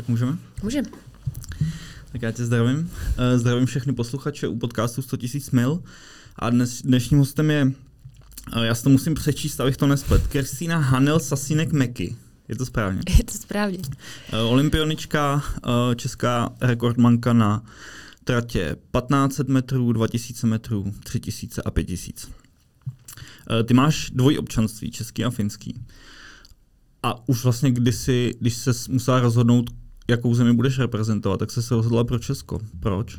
Můžeme? Můžeme. Tak já tě zdravím. Zdravím všechny posluchače u podcastu 100 000 mil. A dnešním hostem je, já si to musím přečíst, abych to nesplet, Kristýna Hanel Sasínek Meky. Je to správně? Je to správně. Olympionička, česká rekordmanka na tratě 1500 metrů, 2000 metrů, 3000 a 5000. Ty máš dvojí občanství, český a finský. A už vlastně kdysi, když se musela rozhodnout, jakou zemi budeš reprezentovat, tak se rozhodla pro Česko. Proč?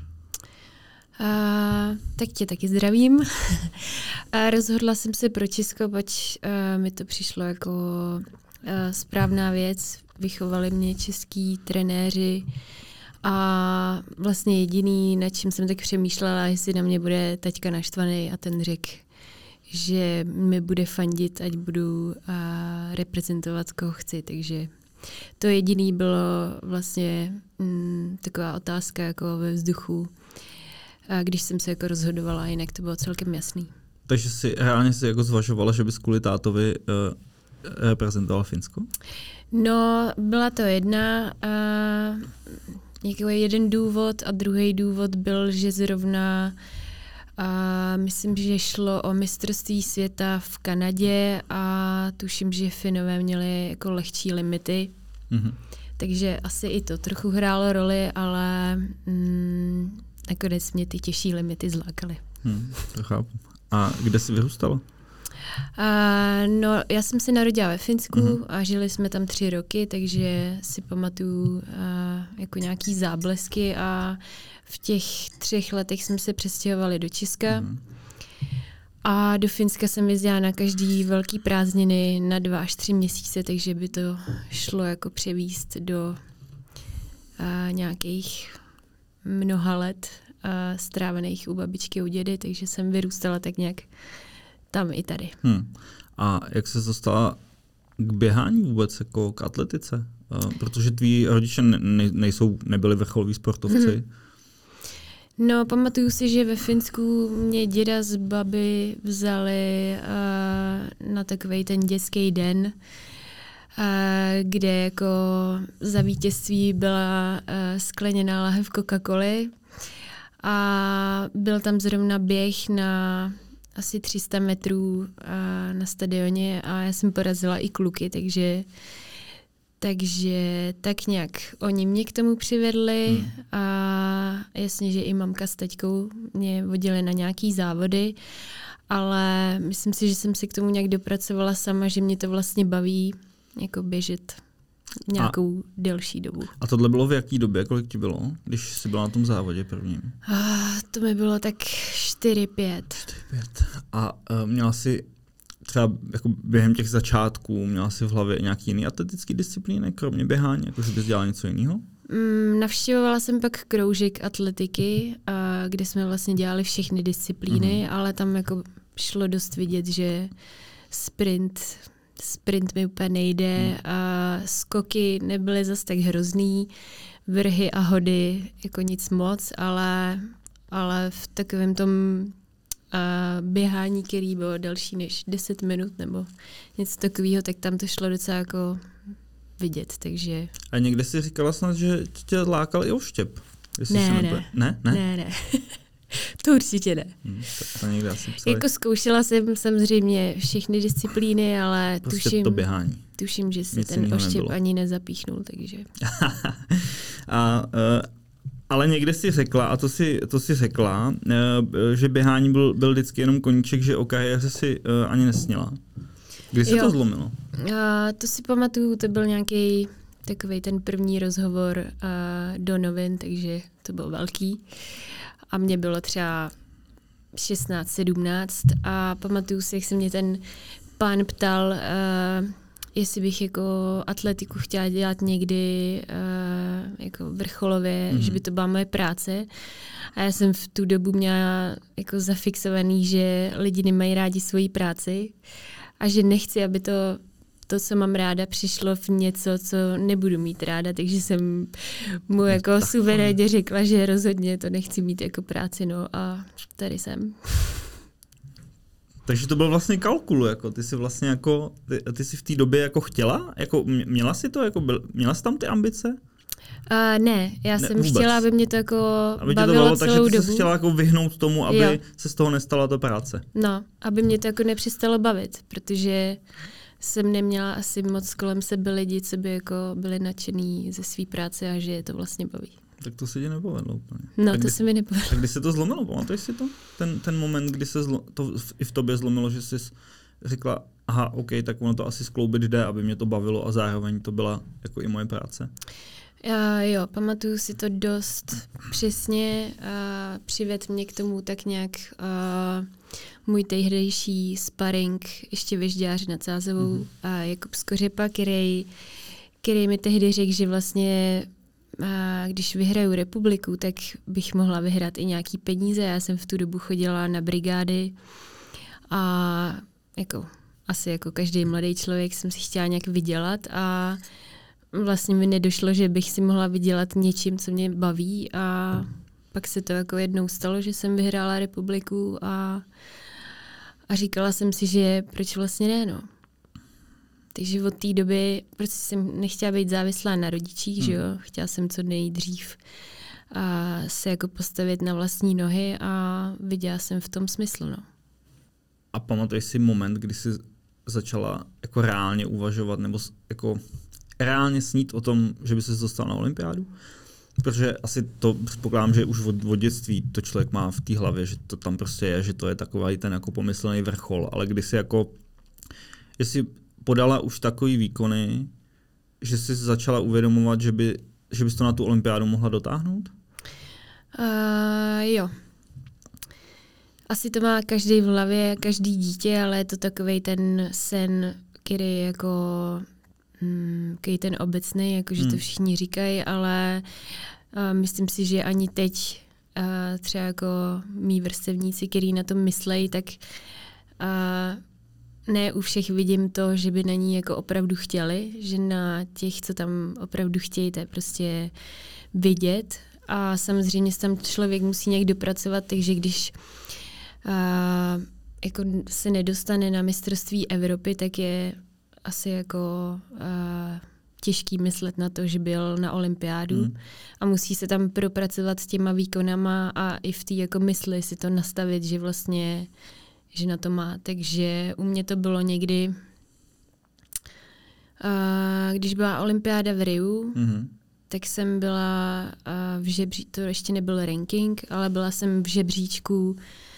Tak tě taky zdravím. Rozhodla jsem se pro Česko, pač mi to přišlo jako správná věc. Vychovali mě český trenéři a vlastně jediný, nad čím jsem tak přemýšlela, jestli na mě bude taťka naštvaný a ten řekl, že mi bude fandit, ať budu reprezentovat, koho chci. Takže to jediný bylo vlastně taková otázka jako ve vzduchu, když jsem se jako rozhodovala, jinak to bylo celkem jasný. Takže si reálně si jako zvažovala, že bys kvůli tátovi reprezentovala Finsko? No, byla to jeden důvod a druhý důvod byl, že zrovna myslím, že šlo o mistrovství světa v Kanadě a tuším, že Finové měli jako lehčí limity. Mm-hmm. Takže asi i to trochu hrálo roli, ale nakonec mě ty těžší limity zlákaly. To chápu. A kde jsi vyrůstala? No, já jsem se narodila ve Finsku a žili jsme tam 3 roky, takže si pamatuju jako nějaký záblesky a v těch 3 letech jsme se přestěhovali do Česka a do Finska jsem jezdila na každý velký prázdniny na 2 až 3 měsíce, takže by to šlo jako převíst do nějakých mnoha let strávených u babičky, u dědy, takže jsem vyrůstala tak nějak tam i tady. A jak se dostala k běhání vůbec, jako k atletice? Protože tví rodiče nebyli vrcholoví sportovci. No, pamatuju si, že ve Finsku mě děda z baby vzali na takovej ten dětský den, kde jako za vítězství byla skleněná lahev Coca-Coly a byl tam zrovna běh na asi 300 metrů na stadioně a já jsem porazila i kluky, takže tak nějak oni mě k tomu přivedli a jasně, že i mamka s taťkou mě vodili na nějaký závody, ale myslím si, že jsem se k tomu nějak dopracovala sama, že mě to vlastně baví jako běžet nějakou delší dobu. A tohle bylo v jaký době? Kolik ti bylo, když jsi byla na tom závodě prvním? To mi bylo tak 4-5. A měla jsi třeba jako během těch začátků, měla jsi v hlavě nějaký jiný atletický disciplíny, kromě běhání, jakože bys dělala něco jiného? Navštěvovala jsem pak kroužek atletiky, kde jsme vlastně dělali všechny disciplíny, ale tam jako šlo dost vidět, že sprint mi úplně nejde a skoky nebyly zas tak hrozný, vrhy a hody jako nic moc, ale v takovém tom běhání, který bylo delší než 10 minut nebo něco takového, tak tam to šlo docela jako vidět, takže... A někde jsi říkala snad, že tě lákal i oštěp? Ne. To určitě ne. To někde asi psali. Jako zkoušela jsem samozřejmě všechny disciplíny, ale prostě to běhání. Tuším, že se ten oštěp ani nezapíchnul, takže... Ale někde jsi řekla, a to si řekla, že běhání byl vždycky jenom koníček, že o kariéře si ani nesněla. Kdy se to zlomilo? To si pamatuju, to byl nějaký takovej ten první rozhovor do novin, takže to byl velký. A mě bylo třeba 16-17 a pamatuju si, jak se mě ten pán ptal, jestli bych jako atletiku chtěla dělat někdy jako vrcholově, že by to byla moje práce. A já jsem v tu dobu měla jako zafixovaný, že lidi nemají rádi svoji práci a že nechci, aby to, co mám ráda, přišlo v něco, co nebudu mít ráda, takže jsem mu jako suverénně řekla, že rozhodně to nechci mít jako práci, no a tady jsem. Takže to byl vlastně kalkul, jako ty jsi vlastně jako, ty jsi v té době jako chtěla, jako měla jsi to, jako měla jsi tam ty ambice? Ne, já jsem vůbec. chtěla, aby mě to jako aby bavilo celou dobu. Takže ty jsi chtěla jako vyhnout tomu, aby se z toho nestala ta práce. No, aby mě to jako nepřestalo bavit, protože jsem neměla asi moc kolem sebe lidi, co by jako byli nadšený ze své práce a že je to vlastně baví. Tak to se ti nepovedlo úplně. No, to se mi nepovedlo. A kdy se to zlomilo? Pamatuješ si to? Ten moment, kdy se to i v tobě zlomilo, že jsi řekla, aha, OK, tak ono to asi skloubit jde, aby mě to bavilo a zároveň to byla jako i moje práce. Jo, pamatuju si to dost přesně. Přived mě k tomu tak nějak můj tehdejší sparring ještě ve Žďáři nad Sázavou Jakub Skořepa, který mi tehdy řekl, že vlastně když vyhraju republiku, tak bych mohla vyhrát i nějaký peníze. Já jsem v tu dobu chodila na brigády a asi jako každý mladý člověk jsem si chtěla nějak vydělat a vlastně mi nedošlo, že bych si mohla vydělat něčím, co mě baví a pak se to jako jednou stalo, že jsem vyhrála republiku a říkala jsem si, že proč vlastně ne, no. Takže od té doby, prostě jsem nechtěla být závislá na rodičích, že jo, chtěla jsem co nejdřív se jako postavit na vlastní nohy a viděla jsem v tom smysl, no. A pamatuješ si moment, kdy jsi začala jako reálně uvažovat nebo jako reálně snít o tom, že by se dostal na olympiádu? Protože asi to předpokládám, že už od dětství to člověk má v té hlavě, že to tam prostě je, že to je takový ten jako pomyslný vrchol, ale kdy jsi jako, jestli podala už takový výkony, že jsi začala uvědomovat, že bys to na tu olympiádu mohla dotáhnout? Jo. Asi to má každý v hlavě, každý dítě, ale je to takovej ten sen, který jako ten obecný, jakože to všichni říkají, ale myslím si, že ani teď třeba jako mý vrstevníci, kteří na tom myslejí, tak ne u všech vidím to, že by na ní jako opravdu chtěli, že na těch, co tam opravdu chtějí, to je prostě vidět a samozřejmě se tam člověk musí nějak dopracovat, takže když jako se nedostane na mistrovství Evropy, tak je asi jako těžký myslet na to, že byl na olympiádu a musí se tam propracovat s těma výkonama a i v té jako mysli si to nastavit, že vlastně že na to má. Takže u mě to bylo někdy, když byla olympiáda v Riu, tak jsem byla v žebříčku, to ještě nebyl ranking, ale byla jsem v žebříčku,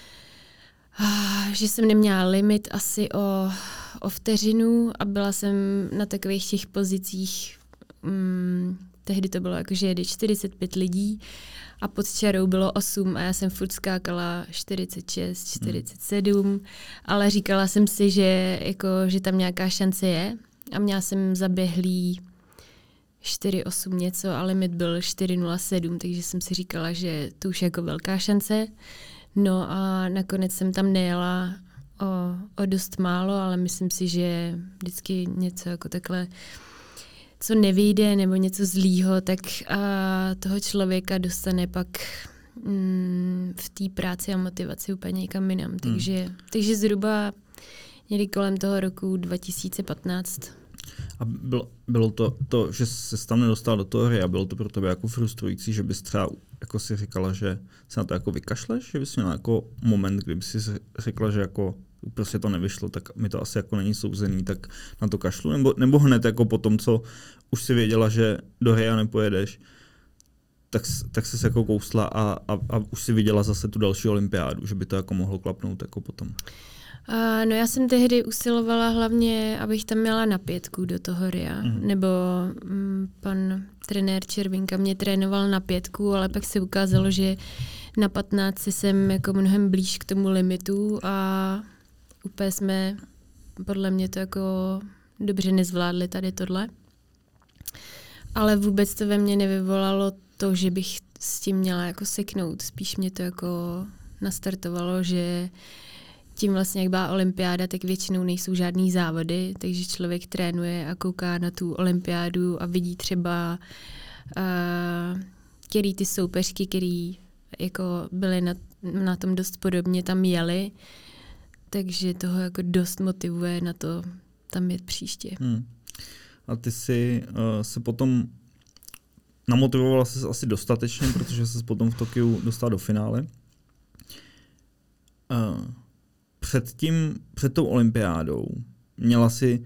že jsem neměla limit asi o vteřinu a byla jsem na takových těch pozicích, tehdy to bylo jako, že jede 45 lidí a pod čarou bylo 8 a já jsem furt skákala 46, 47, ale říkala jsem si, že tam nějaká šance je a měla jsem zaběhlý 4,8 něco a limit byl 4,07, takže jsem si říkala, že to už je jako velká šance. No a nakonec jsem tam nejela o dost málo, ale myslím si, že vždycky něco jako takhle, co nevyjde nebo něco zlýho, tak toho člověka dostane pak v té práci a motivaci úplně někam jinam. Takže zhruba někdy kolem toho roku 2015. A bylo to, že se tam nedostal do toho hry a bylo to pro tebe jako frustrující, že bys třeba jako si říkala, že se na to jako vykašleš, že bys měla jako moment, kdyby si řekla, že jako prostě to nevyšlo, tak mi to asi jako není souzený, tak na to kašlu, nebo hned jako po tom, co už si věděla, že do Ria nepojedeš, tak jsi se jako kousla a už si viděla zase tu další olympiádu, že by to jako mohlo klapnout jako potom. No já jsem tehdy usilovala hlavně, abych tam měla na 5 do toho Ria, nebo pan trenér Červinka mě trénoval na 5, ale pak se ukázalo, že na 15 jsem jako mnohem blíž k tomu limitu a úplně jsme podle mě to jako dobře nezvládli tady tohle. Ale vůbec to ve mně nevyvolalo to, že bych s tím měla jako seknout. Spíš mě to jako nastartovalo, že tím vlastně, jak byla olympiáda, tak většinou nejsou žádný závody, takže člověk trénuje a kouká na tu olympiádu a vidí třeba, který ty soupeřky, který jako byly na tom dost podobně, tam jeli, takže toho jako dost motivuje na to tam jet příště. A ty jsi se potom namotivovala se asi dostatečně, protože se potom v Tokiu dostala do finále. Před tou olympiádou měla si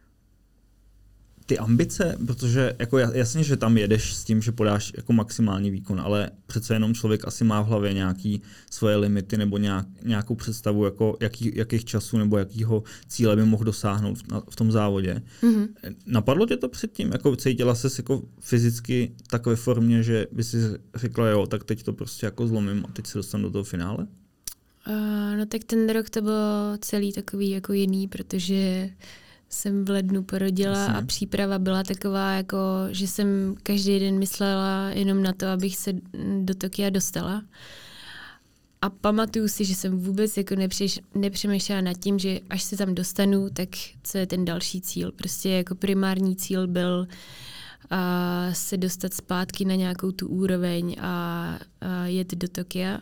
ty ambice, protože jako jasně, že tam jedeš s tím, že podáš jako maximální výkon, ale přece jenom člověk asi má v hlavě nějaký svoje limity nebo nějakou představu, jako jakých časů nebo jakýho cíle by mohl dosáhnout v tom závodě. Mm-hmm. Napadlo tě to předtím? Jako cítila ses jako fyzicky tak ve formě, že by si řekla, jo, tak teď to prostě jako zlomím a teď se dostanu do toho finále? No tak ten rok to bylo celý takový jako jiný, protože jsem v lednu porodila a příprava byla taková, jako, že jsem každý den myslela jenom na to, abych se do Tokia dostala. A pamatuju si, že jsem vůbec jako nepřemýšlela nad tím, že až se tam dostanu, tak co je ten další cíl. Prostě jako primární cíl byl se dostat zpátky na nějakou tu úroveň a jet do Tokia.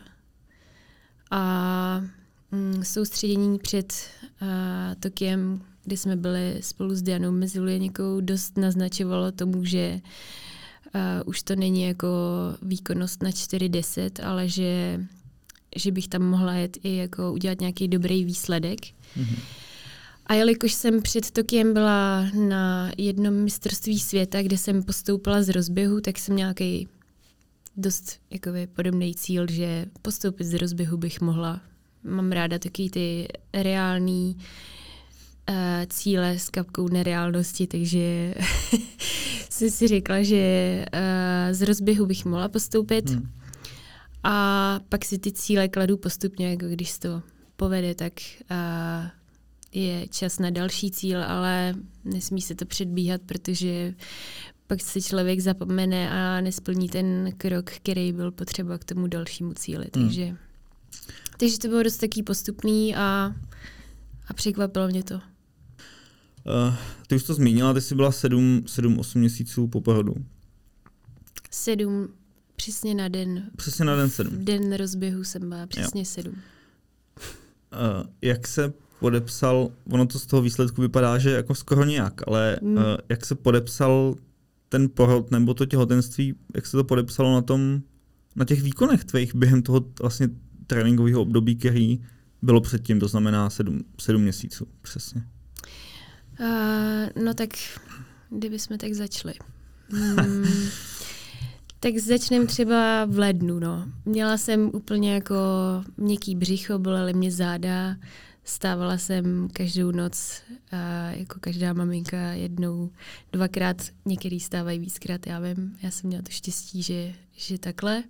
A soustředění před Tokiem, kdy jsme byli spolu s Dianou Mezuljeníkou, dost naznačovalo tomu, že už to není jako výkonnost na 4:10, ale že bych tam mohla jet i jako udělat nějaký dobrý výsledek. Mm-hmm. A jelikož jsem před Tokiem byla na jednom mistrovství světa, kde jsem postoupila z rozběhu, tak jsem nějaký dost jakoby podobný cíl, že postoupit z rozběhu bych mohla. Mám ráda taky ty reální cíle s kapkou nereálnosti, takže jsem si řekla, že z rozběhu bych mohla postoupit a pak si ty cíle kladu postupně, jako když se to povede, tak je čas na další cíl, ale nesmí se to předbíhat, protože pak se člověk zapomene a nesplní ten krok, který byl potřeba k tomu dalšímu cíli. Takže to bylo dost taký postupný a překvapilo mě to. Ty už to zmínila, ty jsi byla 7-8 měsíců po porodu. 7, přesně na den. Přesně na den 7. V den rozběhu jsem byla přesně 7. Jak se podepsal, ono to z toho výsledku vypadá, že jako skoro nějak, ale jak se podepsal ten porod nebo to těhotenství, jak se to podepsalo na těch výkonech tvých během toho vlastně tréninkového období, který bylo předtím, to znamená 7 měsíců, přesně. No tak, kdybychom tak začali. Tak začneme třeba v lednu, no. Měla jsem úplně jako měkký břicho, bolely mě záda, stávala jsem každou noc, jako každá maminka, 1, 2krát, některý stávají víckrát, já vím, já jsem měla to štěstí, že takhle.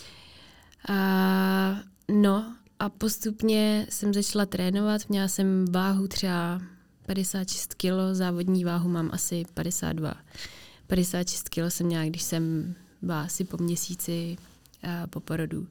No a postupně jsem začala trénovat, měla jsem váhu třeba 56 kg, závodní váhu mám asi 52. 56 kg jsem měla, když jsem byla asi po měsíci po porodu.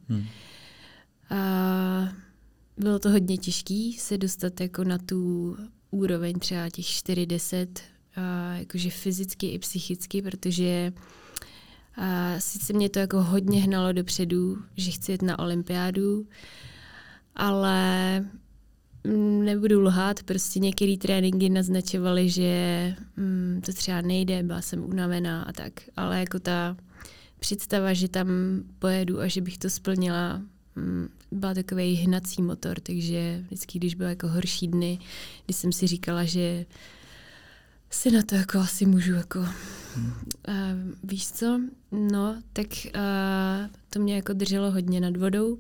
Bylo to hodně těžký se dostat jako na tu úroveň třeba těch 4:10, jakože fyzicky i psychicky, protože sice mě to jako hodně hnalo dopředu, že chci jet na olympiádu, ale nebudu lhát, prostě některé tréninky naznačovaly, že to třeba nejde, byla jsem unavená a tak, ale jako ta představa, že tam pojedu a že bych to splnila, byla takovej hnací motor, takže vždycky, když byly jako horší dny, když jsem si říkala, že si na to jako asi můžu jako víš co, no, tak to mě jako drželo hodně nad vodou.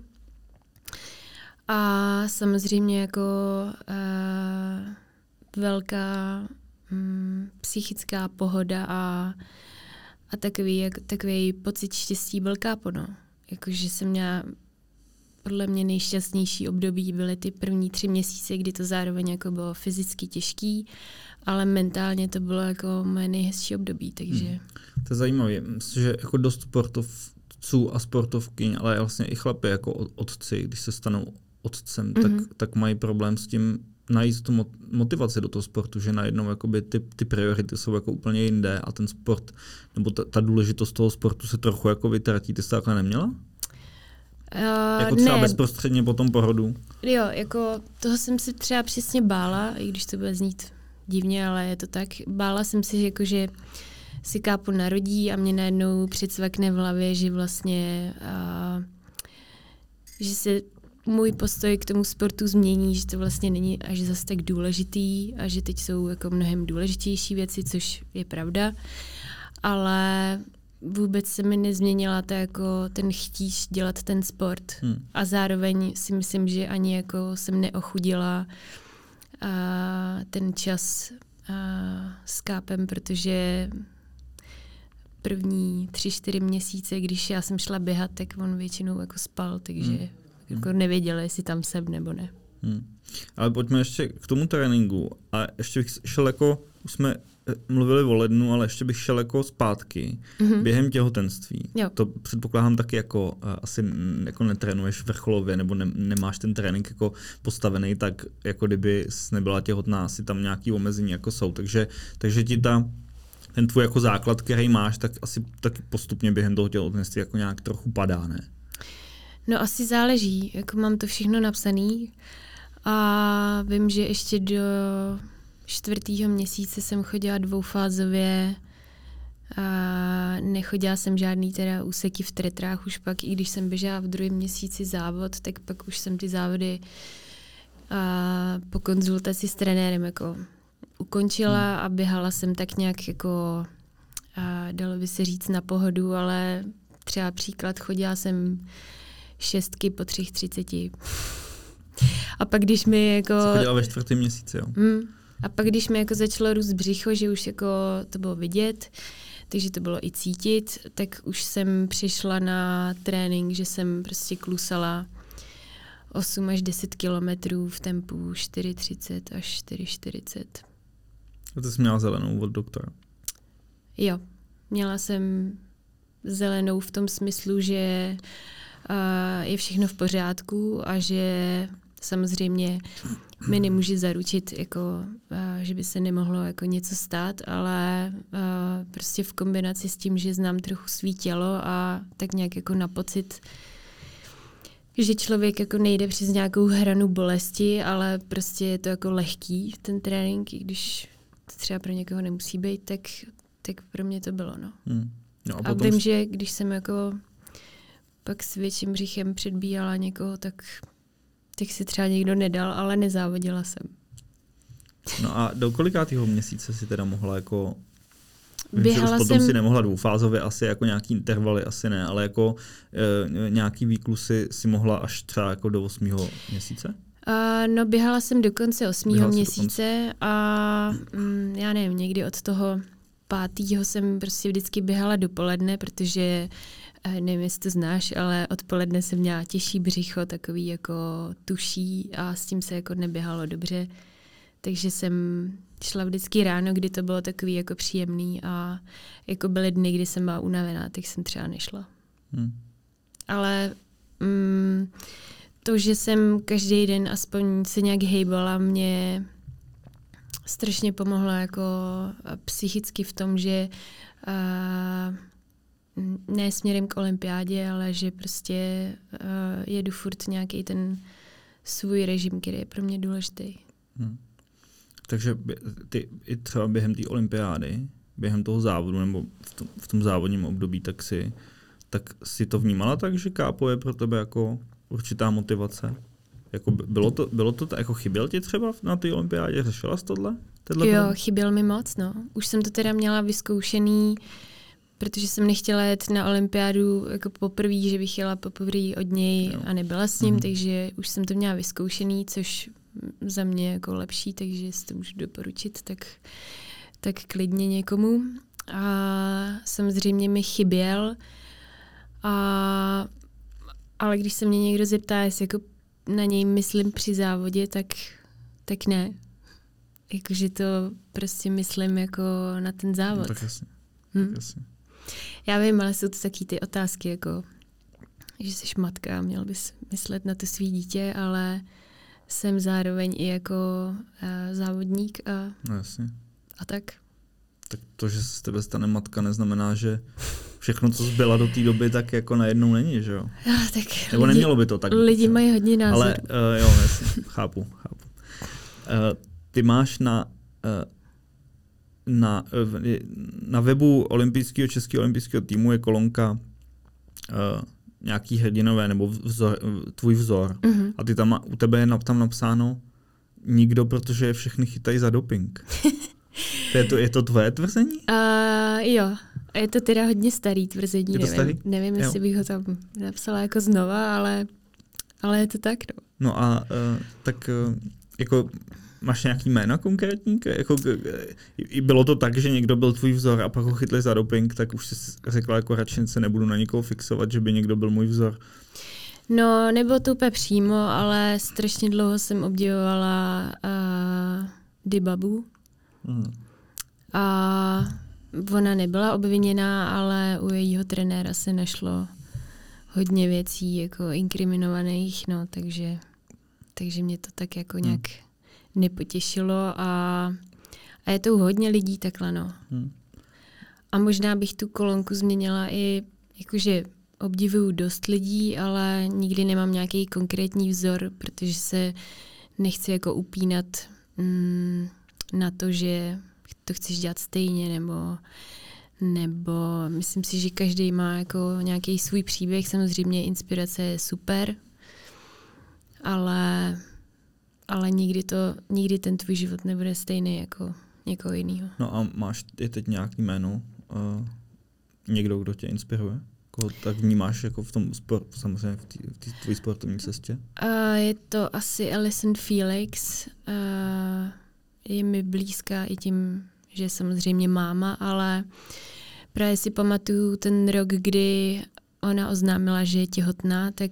A samozřejmě jako velká psychická pohoda a takový pocit štěstí byl kápo, jakože jsem měla podle mě nejšťastnější období byly ty první 3 měsíce, kdy to zároveň jako bylo fyzicky těžký, ale mentálně to bylo jako moje nejhezčí období, takže. To je zajímavé, myslím, že jako dost sportovců a sportovkyň, ale vlastně i chlapi jako otci, když se stanou otcem, tak mají problém s tím najít tu motivaci do toho sportu, že najednou jakoby ty priority jsou jako úplně jinde a ten sport, nebo ta důležitost toho sportu se trochu jako vytratí. Ty jsi to takhle neměla? Jako třeba bezprostředně po tom porodu? Jo, jako toho jsem si třeba přesně bála, i když to bude znít divně, ale je to tak. Bála jsem si, že si Kápo narodí a mě najednou přicvakne v hlavě, že vlastně že se můj postoj k tomu sportu změní, že to vlastně není až zase tak důležitý a že teď jsou jako mnohem důležitější věci, což je pravda, ale vůbec se mi nezměnila to jako ten chtíč dělat ten sport a zároveň si myslím, že ani jako jsem neochudila ten čas s Kápem, protože první 3-4 měsíce, když já jsem šla běhat, tak on většinou jako spal, takže jako nevěděl, jestli tam jsem nebo ne. Ale pojďme ještě k tomu tréninku a ještě bych šel jako, už jsme mluvili o lednu, ale ještě bych šel jako zpátky během těhotenství. Jo. To předpokládám taky jako asi jako netrénuješ vrcholově nebo nemáš ten trénink jako postavený, tak jako kdyby jsi nebyla těhotná, asi tam nějaký omezení jako jsou. Takže ti ten tvůj jako základ, který máš, tak asi taky postupně během toho těhotenství jako nějak trochu padá, ne? No asi záleží, jako mám to všechno napsaný a vím, že ještě do 4. měsíce jsem chodila dvoufázově a nechodila jsem žádný teda úseky v tretrách, už pak, i když jsem běžela v 2. měsíci závod, tak pak už jsem ty závody po konzultaci s trenérem jako ukončila a běhala jsem tak nějak jako, dalo by se říct, na pohodu, ale třeba příklad, chodila jsem 6 po 3:30. A pak když mi jako... Jsi chodila ve 4. měsíci, jo? A pak když mi jako začalo růst břicho, že už jako to bylo vidět, takže to bylo i cítit, tak už jsem přišla na trénink, že jsem prostě klusala 8 až 10 kilometrů v tempu 4:30 až 4:40. A ty jsi měla zelenou od doktora? Jo, měla jsem zelenou v tom smyslu, že je všechno v pořádku a že samozřejmě mi nemůže zaručit, jako, že by se nemohlo jako něco stát, ale prostě v kombinaci s tím, že znám trochu svý tělo a tak nějak jako na pocit, že člověk jako nejde přes nějakou hranu bolesti, ale prostě je to jako lehký ten trénink, i když to třeba pro někoho nemusí být, tak pro mě to bylo. No. No a vím, že když jsem jako pak s větším břichem předbíjala někoho, tak si třeba někdo nedal, ale nezávodila jsem. No a do kolikátého měsíce si teda mohla jako... Běhala potom jsem... si nemohla dvoufázově, asi jako nějaký intervaly, asi ne, ale jako nějaký výklusy si mohla až třeba jako do 8. měsíce? No běhala jsem do konce 8. měsíce a já nevím, někdy od toho 5. jsem prostě vždycky běhala dopoledne, protože nevím, jestli to znáš, ale odpoledne jsem měla těžší břicho, takový jako tuší a s tím se jako neběhalo dobře. Takže jsem šla vždycky ráno, kdy to bylo takový jako příjemný a jako byly dny, kdy jsem byla unavená, tak jsem třeba nešla. Ale to, že jsem každý den aspoň se nějak hejbala, mě strašně pomohlo jako psychicky v tom, že ne směrem k olympiádě, ale že prostě jedu furt nějaký ten svůj režim, který je pro mě důležitý. Takže ty i třeba během té olympiády, během toho závodu nebo v tom závodním období, tak si to vnímala tak, že kápo je pro tebe jako určitá motivace? Jako bylo to jako chyběl ti třeba na té olympiádě? Řešila jsi tohle? Jo, chyběl mi moc, no. Už jsem to teda měla vyzkoušený, protože jsem nechtěla jet na olympiádu jako poprvé, že bych jela poprvé od něj a nebyla s ním, takže už jsem to měla vyzkoušený, což za mě jako lepší, takže si to můžu doporučit, tak klidně někomu. A samozřejmě mi chyběl, ale když se mě někdo zeptá, jestli jako na něj myslím při závodě, tak ne. Jakože to prostě myslím jako na ten závod. Tak jasně. Jasně. Já vím, ale jsou to taky ty otázky, jako, že jsi matka a měl bys myslet na to svý dítě, ale jsem zároveň i jako závodník No jasně. A tak. Tak to, že se z tebe stane matka, neznamená, že všechno, co zbyla do té doby, tak jako najednou není, že jo? Tak nebo nemělo by to tak. Lidi mají hodně názorů. Ale jo, jasně, chápu. Ty máš na webu českého olympijského týmu je kolonka nějaký hrdinové nebo tvůj vzor. Mm-hmm. A ty u tebe je tam napsáno nikdo, protože všechny chytají za doping. Je to tvoje tvrzení? Jo. Je to teda hodně starý tvrzení. Nevím, jestli bych ho tam napsala jako znova, ale je to tak. No a tak jako máš nějaký jméno konkrétní? Jako, bylo to tak, že někdo byl tvůj vzor a pak ho chytli za doping, tak už jsi řekla, jako radši se nebudu na někoho fixovat, že by někdo byl můj vzor. No, nebylo to úplně přímo, ale strašně dlouho jsem obdivovala Dibabu. A ona nebyla obviněná, ale u jejího trenéra se našlo hodně věcí jako inkriminovaných, no, takže mě to tak jako nějak nepotěšilo a je to u hodně lidí takhle, no. A možná bych tu kolonku změnila i, jakože obdivuju dost lidí, ale nikdy nemám nějaký konkrétní vzor, protože se nechci jako upínat na to, že to chceš dělat stejně, nebo myslím si, že každý má jako nějaký svůj příběh, samozřejmě inspirace je super, ale nikdy ten tvůj život nebude stejný jako někoho jiného. No a máš teď nějaký jméno? Někdo, kdo tě inspiruje? Koho tak vnímáš jako v tom sportu, samozřejmě v té tvojí sportovní cestě? Je to asi Allyson Felix. Je mi blízká i tím, že je samozřejmě máma, ale právě si pamatuju ten rok, kdy ona oznámila, že je těhotná, tak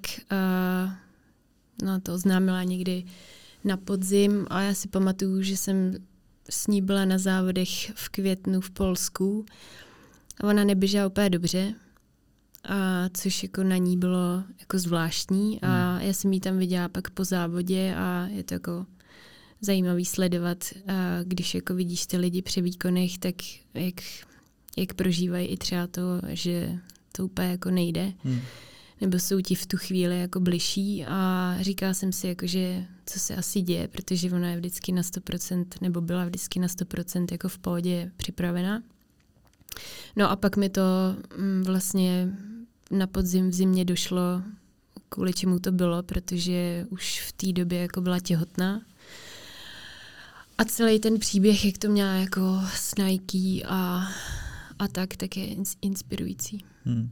to oznámila někdy na podzim a já si pamatuju, že jsem s ní byla na závodech v květnu v Polsku a ona neběžela úplně dobře, což jako na ní bylo jako zvláštní a já jsem ji tam viděla pak po závodě a je to jako zajímavý sledovat, když jako vidíš ty lidi při výkonech, tak jak prožívají i třeba to, že to úplně jako nejde. Nebo jsou ti v tu chvíli jako bližší a říkala jsem si, jako, že co se asi děje, protože ona je vždycky na 100%, nebo byla vždycky na 100% jako v pohodě připravená. No a pak mi to vlastně na podzim v zimě došlo, kvůli čemu to bylo, protože už v té době jako byla těhotná. A celý ten příběh, jak to měla jako s Nike a tak je inspirující.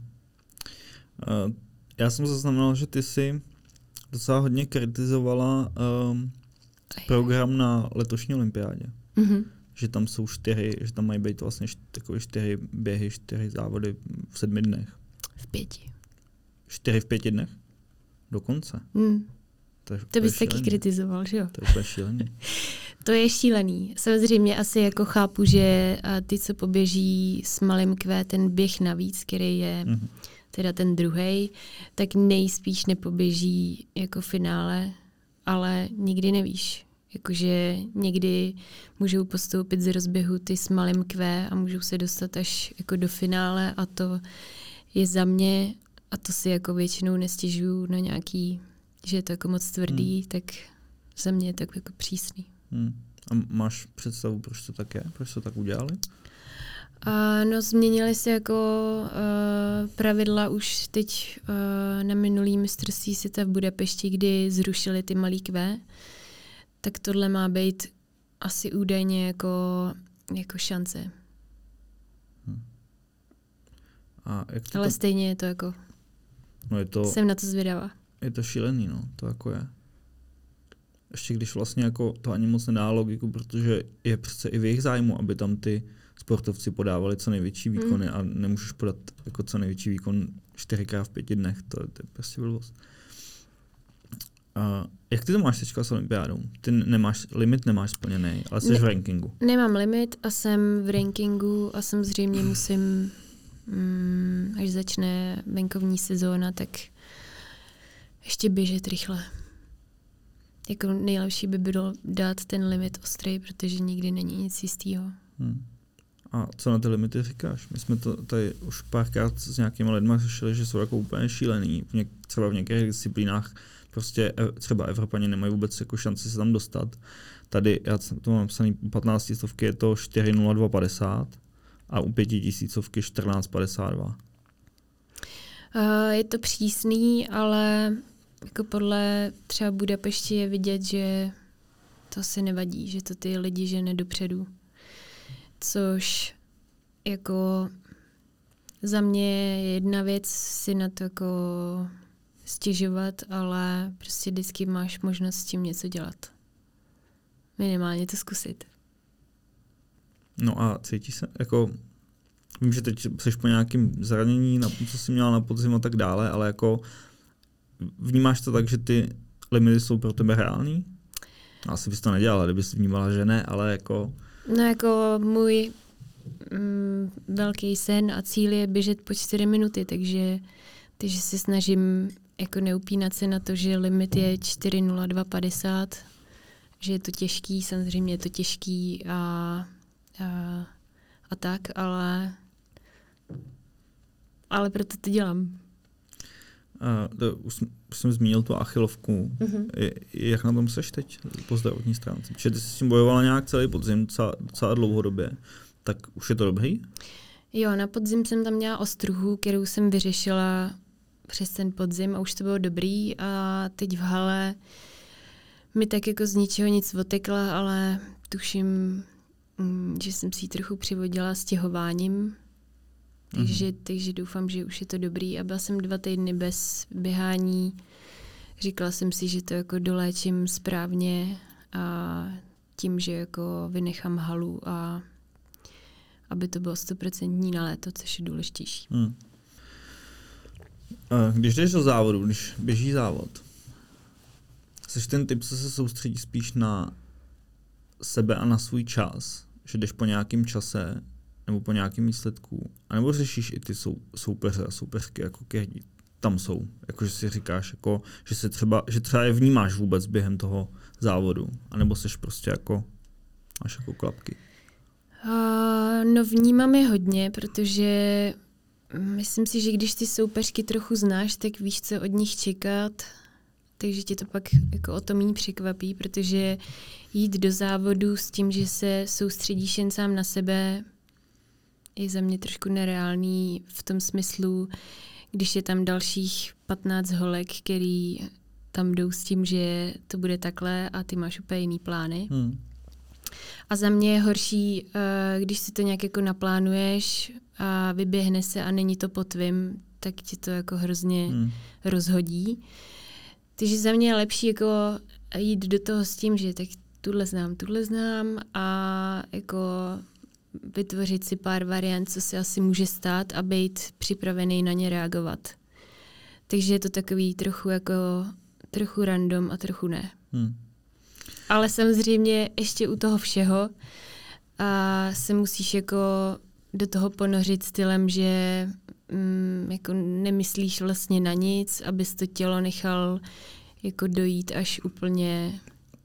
Já jsem zaznamenal, že ty jsi docela hodně kritizovala program na letošní olympiádě. Že tam jsou 4, že tam mají být vlastně takové 4 běhy, 4 závody v 7 dnech. V 5. 4 v 5 dnech? Dokonce. To bys taky kritizoval, že jo? To je šílený. To je šílený. Samozřejmě asi jako chápu, že ty, co poběží s malým Q, ten běh navíc, který je teda ten druhej, tak nejspíš nepoběží jako finále, ale nikdy nevíš. Jakože někdy můžou postoupit z rozběhu ty s malým Q a můžou se dostat až jako do finále a to je za mě, a to si jako většinou nestěžuju na nějaký, že je to jako moc tvrdý, tak za mě je to jako přísný. A máš představu, proč to tak je? Proč to tak udělali? Změnily se jako pravidla už teď na minulý mistrovství světa v Budapešti, kdy zrušili ty malý Q. Tak tohle má být asi údajně jako šance. Ale stejně je to jako... jsem na to zvědavá. Je to šílený, no. To jako je. Ještě když vlastně jako to ani moc nedá logiku, protože je přece i v jejich zájmu, aby tam ty sportovci podávali co největší výkony a nemůžeš podat jako co největší výkon 4x v 5 dnech. To je prostě blbost. Jak ty to máš teďka s olympiádou? Ty limit nemáš splněný, ale jsi v rankingu. Nemám limit a jsem v rankingu a samozřejmě musím, až začne venkovní sezóna, tak ještě běžet rychle. Jako nejlepší by bylo dát ten limit ostrý, protože nikdy není nic jistýho. A co na ty limity říkáš? My jsme to tady už párkrát s nějakými lidmi řešili, že jsou jako úplně šílený. Třeba v některých disciplínách prostě třeba Evropani nemají vůbec jako šanci se tam dostat. Tady, já to mám napsaný, u 15 stovky je to 4.02.50 a u 5000 14.52. Je to přísný, ale jako podle třeba Budapešti je vidět, že to si nevadí, že to ty lidi žene dopředu. Což jako za mě je jedna věc si na to jako stěžovat, ale prostě vždycky máš možnost s tím něco dělat. Minimálně to zkusit. No a cítíš se, jako, vím, že teď jsi po nějakém zranění, co jsi měla na podzim a tak dále, ale jako vnímáš to tak, že ty limity jsou pro tebe reální? Asi bys to nedělala, kdybys vnímala, že ne, ale jako... No jako můj velký sen a cíl je běžet po 4 minuty, takže se snažím jako neupínat se na to, že limit je 4.02.50, že je to těžký, samozřejmě je to těžký a tak, ale proto to dělám. Už jsem zmínil tu achilovku. Jak na tom seš teď po zdravotní stránce? Protože ty jsi s tím bojovala nějak celý podzim, docela dlouhodobě. Tak už je to dobrý? Jo, na podzim jsem tam měla ostruhu, kterou jsem vyřešila přes ten podzim a už to bylo dobrý. A teď v hale mi tak jako z ničeho nic otekla, ale tuším, že jsem si ji trochu přivodila stěhováním. Takže doufám, že už je to dobrý. A byla jsem 2 týdny bez běhání. Říkala jsem si, že to jako doléčím správně a tím, že jako vynechám halu a aby to bylo 100% na léto, což je důležitější. Když jdeš do závodu, když běží závod, jsi ten typ, co se soustředí spíš na sebe a na svůj čas, že jdeš po nějakém čase nebo po nějakém výsledku, anebo řešíš i ty soupeře a soupeřky, jako kteří tam jsou, jako že si říkáš, jako, že třeba je vnímáš vůbec během toho závodu, anebo seš prostě jako, máš jako klapky. No vnímám je hodně, protože myslím si, že když ty soupeřky trochu znáš, tak víš, co od nich čekat, takže tě to pak jako o to méně překvapí, protože jít do závodu s tím, že se soustředíš jen sám na sebe, je za mě trošku nereálný v tom smyslu, když je tam dalších 15 holek, který tam jdou s tím, že to bude takhle a ty máš úplně jiný plány. A za mě je horší, když si to nějak jako naplánuješ a vyběhne se a není to po tvým, tak ti to jako hrozně rozhodí. Takže za mě je lepší jako jít do toho s tím, že tak tuhle znám a jako vytvořit si pár variant, co se asi může stát a být připravený na ně reagovat. Takže je to takový trochu random a trochu ne. Ale samozřejmě ještě u toho všeho a se musíš jako do toho ponořit stylem, že jako nemyslíš vlastně na nic, abys to tělo nechal jako dojít až úplně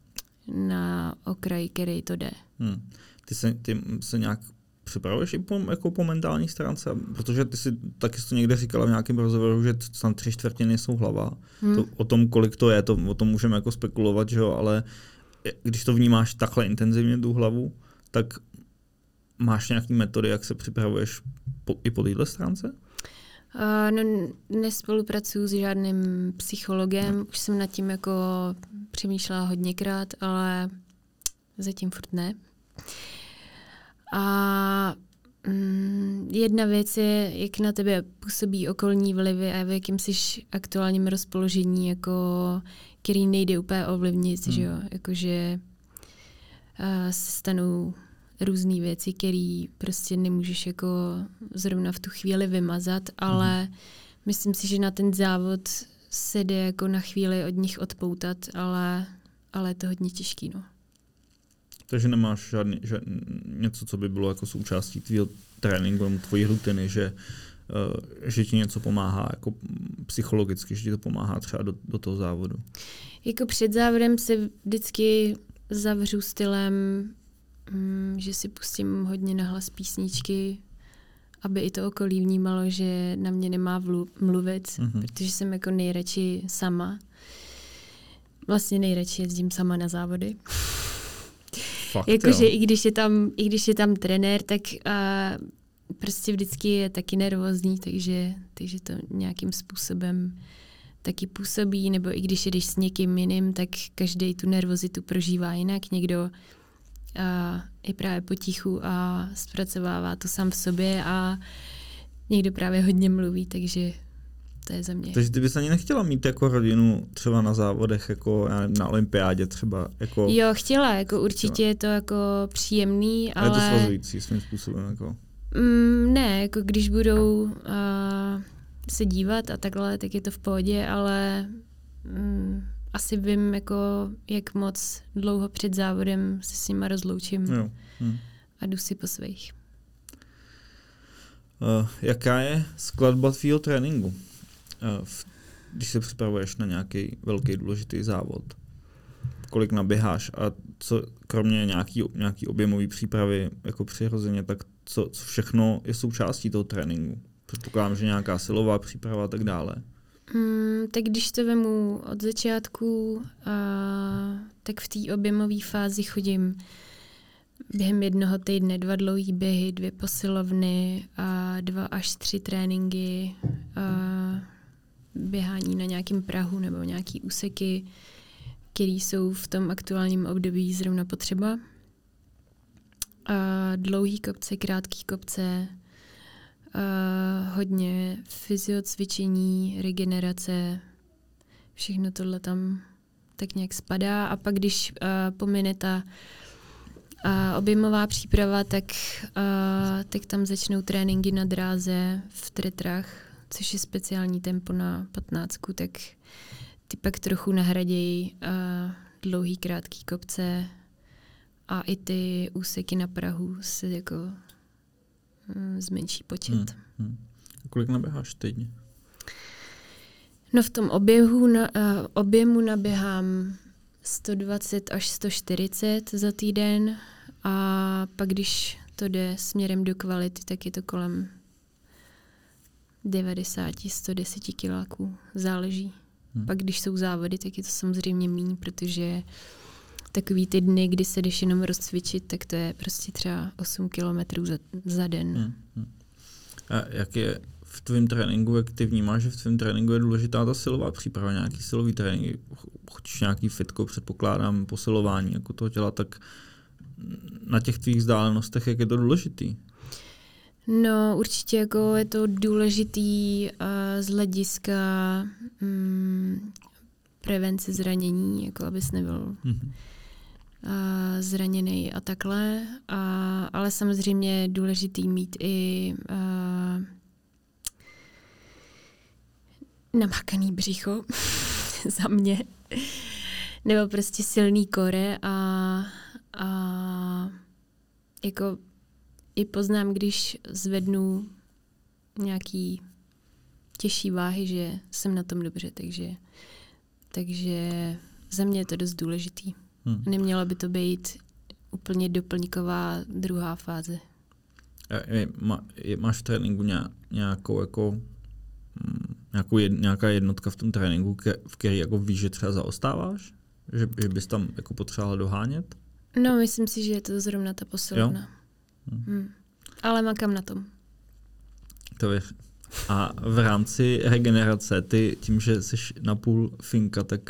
na okraj, který to jde. Ty se nějak připravuješ i po mentální stránce? Protože ty si taky to někde říkala v nějakém rozhovoru, že tam 3/4 jsou hlava. To, o tom, kolik to je, o tom můžeme jako spekulovat, že jo, ale když to vnímáš takhle intenzivně tu hlavu, tak máš nějaký metody, jak se připravuješ i po téhle stránce? No, nespolupracuju s žádným psychologem, už jsem nad tím jako přemýšlela hodněkrát, ale zatím furt ne. A jedna věc je, jak na tebe působí okolní vlivy a v jakém jsi aktuálním rozpoložení, jako, který nejde úplně ovlivnit, že jo? Jakože se stanou různé věci, které prostě nemůžeš jako zrovna v tu chvíli vymazat, ale myslím si, že na ten závod se jde jako na chvíli od nich odpoutat, ale je to hodně těžký, no. Takže nemáš něco, co by bylo jako součástí tvýho tréninku, tvojí rutiny, že ti něco pomáhá jako psychologicky, že ti to pomáhá třeba do toho závodu? Jako před závodem se vždycky zavřu stylem, že si pustím hodně nahlas písničky, aby i to okolí vnímalo, že na mě nemá mluvit, protože jsem jako nejradši sama. vlastně nejradši jezdím sama na závody. Jakože i když je tam trenér, tak prostě vždycky je taky nervózní, takže to nějakým způsobem taky působí, nebo i když jedeš s někým jiným, tak každý tu nervozitu prožívá jinak. Někdo je právě potichu a zpracovává to sám v sobě a někdo právě hodně mluví, takže to je za mě. Takže ty bys ani nechtěla mít jako rodinu třeba na závodech, jako na olympiádě třeba? Jako... Jo, chtěla, jako určitě je to jako příjemný, ale... Je to svazující svým způsobem, jako... Ne, jako když budou se dívat a takhle, tak je to v pohodě, ale asi vím, jako, jak moc dlouho před závodem se s nima rozloučím a jdu si po svých. Jaká je skladba tvýho tréninku, když se připravuješ na nějaký velký důležitý závod? Kolik naběháš a co kromě nějaký objemové přípravy jako přirozeně, tak co všechno je součástí toho tréninku? Předpokládám, že nějaká silová příprava a tak dále. Tak když to vemu od začátku, tak v té objemové fázi chodím během 1 týdne 2 dlouhý běhy, 2 posilovny, 2 až 3 tréninky, běhání na nějakém prahu nebo nějaký úseky, které jsou v tom aktuálním období zrovna potřeba. Dlouhý kopce, krátký kopce, hodně fyziocvičení, regenerace, všechno tohle tam tak nějak spadá. A pak, když pomine ta objemová příprava, tak tam začnou tréninky na dráze v tretrách, což je speciální tempo na 15, tak ty pak trochu nahradějí dlouhý, krátký kopce a i ty úseky na prahu se jako zmenší počet. A kolik naběháš týdně? No v tom objemu naběhám 120 až 140 za týden a pak když to jde směrem do kvality, tak je to kolem 90-110 kiláků. Záleží. Pak když jsou závody, tak je to samozřejmě míň, protože takový ty dny, kdy se jdeš jenom rozcvičit, tak to je prostě třeba 8 kilometrů za den. A jak je v tvém tréninku, jak ty vnímáš, že v tvém tréninku je důležitá ta silová příprava, nějaký silový trénink, chodíš nějaký fitko, předpokládám, posilování jako toho těla, tak na těch tvých vzdálenostech, jak je to důležitý? No určitě jako je to důležitý z hlediska prevence zranění, jako abys nebyl zraněný a takhle, ale samozřejmě je důležitý mít i namakaný břicho za mě, nebo prostě silný kore a jako i poznám, když zvednu nějaký těžší váhy, že jsem na tom dobře, takže za mě je to dost důležitý. Neměla by to být úplně doplňková druhá fáze. Máš v tréninku nějaká jednotka v tom tréninku, v který jako víš, že třeba zaostáváš? Že bys tam jako potřebovala dohánět? No, myslím si, že je to zrovna ta posilovna. Ale makám na tom. To věř. A v rámci regenerace, ty tím, že jsi napůl Finka, tak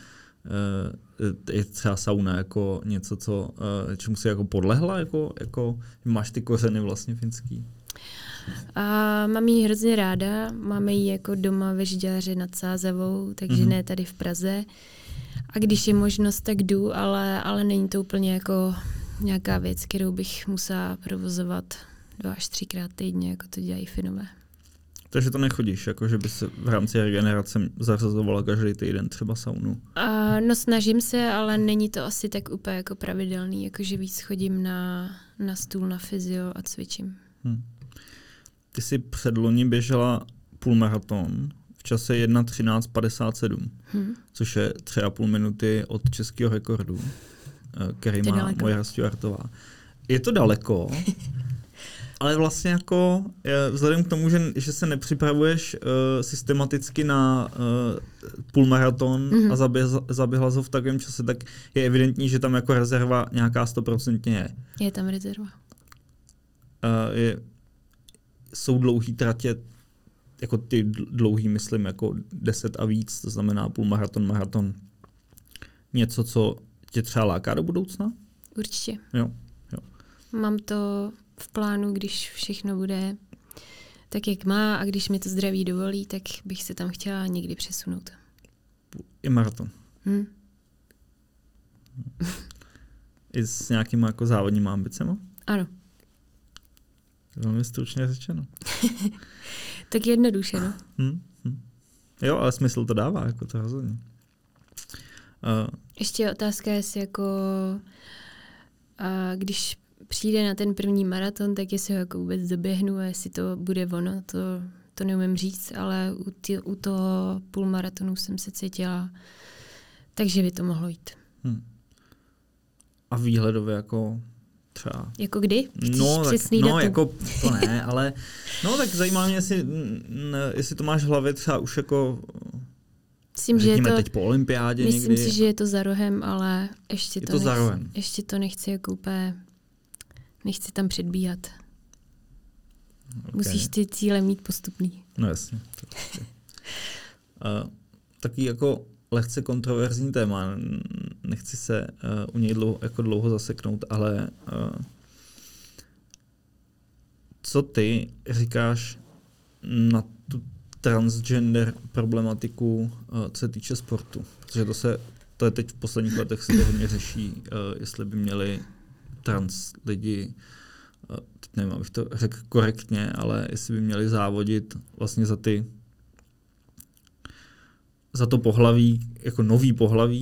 je třeba sauna jako něco, čemu jsi jako podlehla? Jako máš ty kořeny vlastně finský? Mám ji hrozně ráda, máme ji jako doma ve Žďáře nad Sázavou, takže ne tady v Praze. A když je možnost, tak jdu, ale není to úplně jako nějaká věc, kterou bych musela provozovat 2 až 3krát týdně, jako to dělají Finové. Takže to nechodíš, jako že by se v rámci regenerace zařazovala každý týden třeba saunu? No snažím se, ale není to asi tak úplně jako pravidelný, jakože víc chodím na stůl, na fyzio a cvičím. Ty jsi předloni běžela půlmaraton v čase 1:13:57, což je 3,5 minuty od českého rekordu, který má Mojra Stuartová. Je to daleko, Ale vlastně jako vzhledem k tomu, že se nepřipravuješ systematicky na půlmaraton a zaběhla ho v takovém čase, tak je evidentní, že tam jako rezerva nějaká 100% je. Je tam rezerva. Jsou dlouhý tratě, jako ty dlouhý, myslím, jako 10 a víc, to znamená půlmaraton, maraton. Něco, co tě třeba láká do budoucna? Určitě. Jo. Mám to v plánu, když všechno bude tak, jak má a když mi to zdraví dovolí, tak bych se tam chtěla někdy přesunout. I maraton. I s nějakýma jako závodníma ambicema? Ano. Velmi stručně řečeno. Tak jednoduše, no. Jo, ale smysl to dává, jako to rozhodně. Ještě otázka, jestli jako když přijde na ten první maraton, tak jestli ho jako vůbec doběhnu a jestli to bude ono, to neumím říct, ale u toho půlmaratonu jsem se cítila, takže by to mohlo jít. A výhledově jako třeba... Jako kdy? Chceš přesný datum? Jako to ne, ale tak zajímá mě, jestli to máš v hlavě třeba už jako... Myslím, že je to, teď po olympiádě myslím někdy. Si, že je to za rohem, ale ještě to nechci jako úplně... Nechci tam předbíhat. Okay. Musíš ty cíle mít postupný. No jasně. Taky jako lehce kontroverzní téma. Nechci se u něj dlouho zaseknout, ale co ty říkáš na tu transgender problematiku, co se týče sportu? Protože to je teď v posledních letech se to hodně řeší, jestli by měli trans lidi, teď nevím, abych to řekl korektně, ale jestli by měli závodit vlastně za to pohlaví, jako nový pohlaví.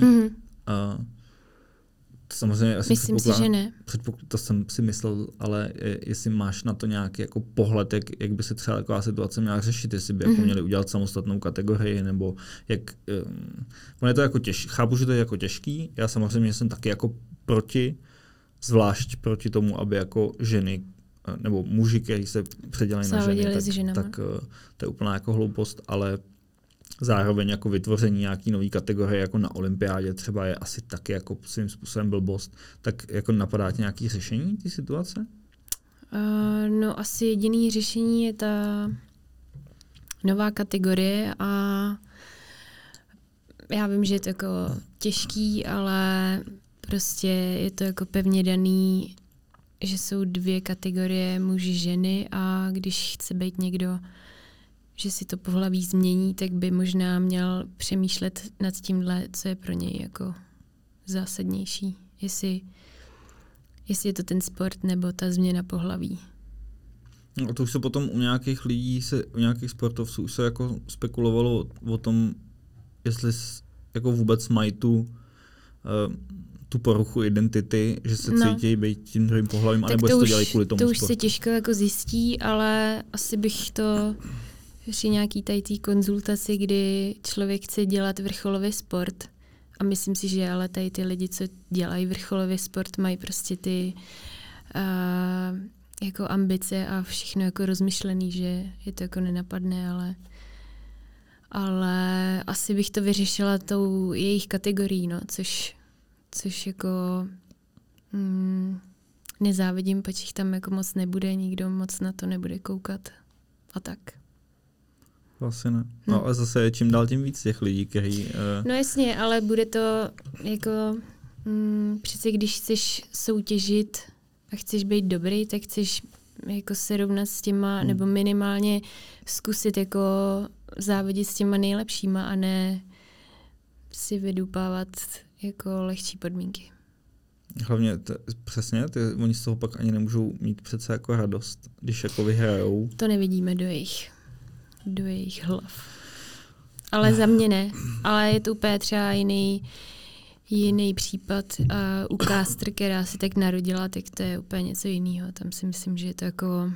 Samozřejmě myslím si, že ne. To jsem si myslel, ale jestli máš na to nějaký jako pohled, jak by se třeba taková situace měla řešit, jestli by jako měli udělat samostatnou kategorii, nebo jak... On je to jako chápu, že to je jako těžký, já samozřejmě jsem taky jako zvlášť proti tomu, aby jako ženy nebo muži, kteří se předělají na ženy, tak to je úplná jako hloupost, ale zároveň jako vytvoření nějaký nový kategorie jako na olympiádě třeba je asi taky jako svým způsobem blbost. Tak jako napadá tě nějaké řešení té situace? No asi jediný řešení je ta nová kategorie a já vím, že je to jako těžký, ale prostě je to jako pevně daný, že jsou 2 kategorie muži, ženy a když chce být někdo, že si to pohlaví změní, tak by možná měl přemýšlet nad tímhle, co je pro něj jako zásadnější. Jestli je to ten sport nebo ta změna pohlaví. No, to už se potom u nějakých lidí, u nějakých sportovců už se jako spekulovalo o tom, jestli jako vůbec mají tu poruchu identity, že se cítí být tím druhým pohlavím, anebo jestli to dělají kvůli tomu sportu. To už sportu. se těžko jako zjistí, ale asi bych to při nějaký tady konzultaci, kdy člověk chce dělat vrcholový sport a myslím si, že ale tady ty lidi, co dělají vrcholový sport, mají prostě ty jako ambice a všechno jako rozmyšlený, že je to jako nenapadne, ale asi bych to vyřešila tou jejich kategorií, no, což jako nezávidím, protože jich tam jako moc nebude, nikdo moc na to nebude koukat a tak. Vlastně ne. No ale zase čím dál tím víc těch lidí, kteří... No jasně, ale bude to jako... přece když chceš soutěžit a chceš být dobrý, tak chceš jako se rovnat s těma, nebo minimálně zkusit jako závodit s těma nejlepšíma a ne si vydupávat jako lehčí podmínky. Hlavně přesně, oni z toho pak ani nemůžou mít přece jako radost, když jako vyhrajou. To nevidíme do jejich hlav. Ale za mě ne. Ale je to úplně třeba jiný případ. A u Kástr, která si tak narodila, tak to je úplně něco jiného. Tam si myslím, že je to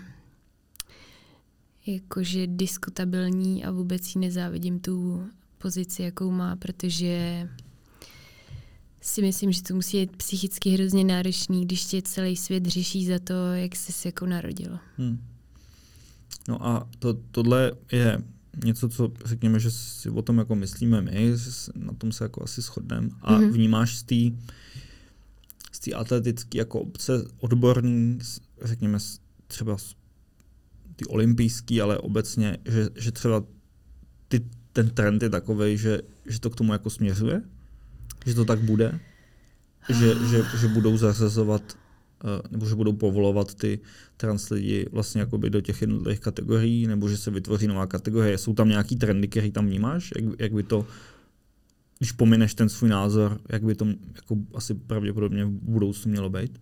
jakože diskutabilní a vůbec jí nezávidím tu pozici, jakou má, protože si myslím, že to musí být psychicky hrozně náročný, když tě celý svět řeší za to, jak jsi se jako narodil. No a tohle je něco, co řekněme, že si o tom jako myslíme my, na tom se jako asi shodneme a vnímáš z té atletické jako obce odborný, řekněme třeba ty olympijský, ale obecně, že třeba ten trend je takovej, že to k tomu jako směřuje? Že to tak bude? Že budou zařazovat nebo že budou povolovat ty trans lidi vlastně jakoby do těch jednotlivých kategorií, nebo že se vytvoří nová kategorie. Jsou tam nějaký trendy, který tam vnímáš? Jak by to, když pomineš ten svůj názor, jak by to jako asi pravděpodobně v budoucnu mělo být?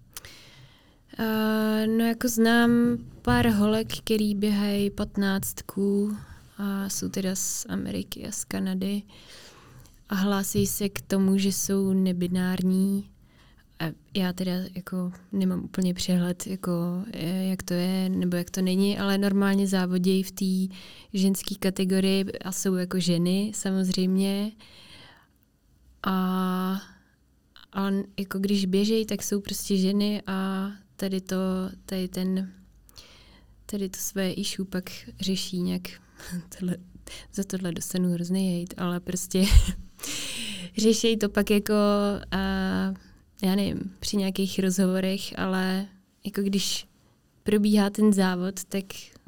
No jako znám pár holek, který běhají 15 a jsou teda z Ameriky a z Kanady a hlásí se k tomu, že jsou nebinární. A já teda jako nemám úplně přehled, jako jak to je nebo jak to není, ale normálně závodějí v té ženské kategorii a jsou jako ženy samozřejmě. A jako když běžejí, tak jsou prostě ženy a tady to své issue pak řeší nějak. Za tohle dostanu hrozný hejt, ale prostě řeší to pak jako já nevím, při nějakých rozhovorech, ale jako když probíhá ten závod, tak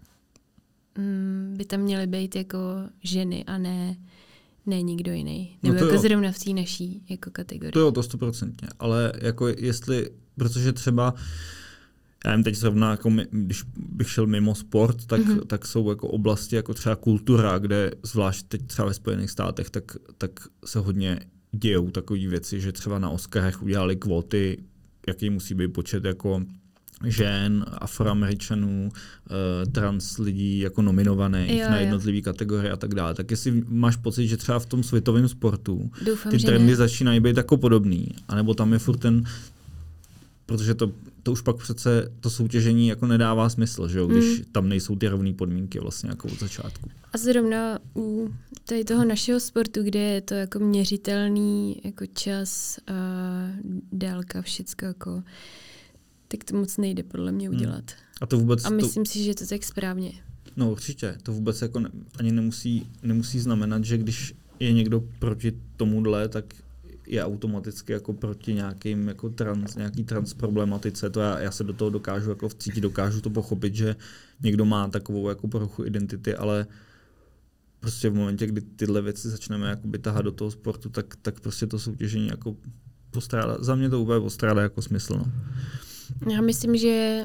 by tam měly být jako ženy a ne nikdo jiný. Nebo jako zrovna v té naší jako kategorii. To jo, to 100%. Ale jako protože třeba já nevím, teď zrovna, jako když bych šel mimo sport, tak jsou jako oblasti jako třeba kultura, kde zvlášť teď třeba ve Spojených státech, tak se hodně dějou takové věci, že třeba na Oscarech udělali kvóty, jaký musí být počet jako žen, Afroameričanů, trans lidí jako nominovaných na jednotlivé kategorie a tak dále. Tak jestli máš pocit, že třeba v tom světovém sportu doufám, ty trendy začínají být jako podobný, anebo tam je furt ten, protože to už pak přece to soutěžení jako nedává smysl, že jo, když tam nejsou ty rovné podmínky vlastně jako od začátku. A zrovna u tady toho našeho sportu, kde je to jako měřitelný jako čas, délka, všecko jako, tak to moc nejde podle mě udělat. A myslím si, že je to tak správně. No určitě, to vůbec jako ani nemusí znamenat, že když je někdo proti tomuhle, tak je automaticky jako proti nějakým jako nějaký trans problematice. To já se do toho dokážu jako vcítit, dokážu to pochopit, že někdo má takovou jako poruchu identity, ale prostě v momentě, kdy tyhle věci začneme jakoby tahat do toho sportu, tak prostě to soutěžení jako postrádá. Za mě to úplně postrádá jako smysl. No. Já myslím, že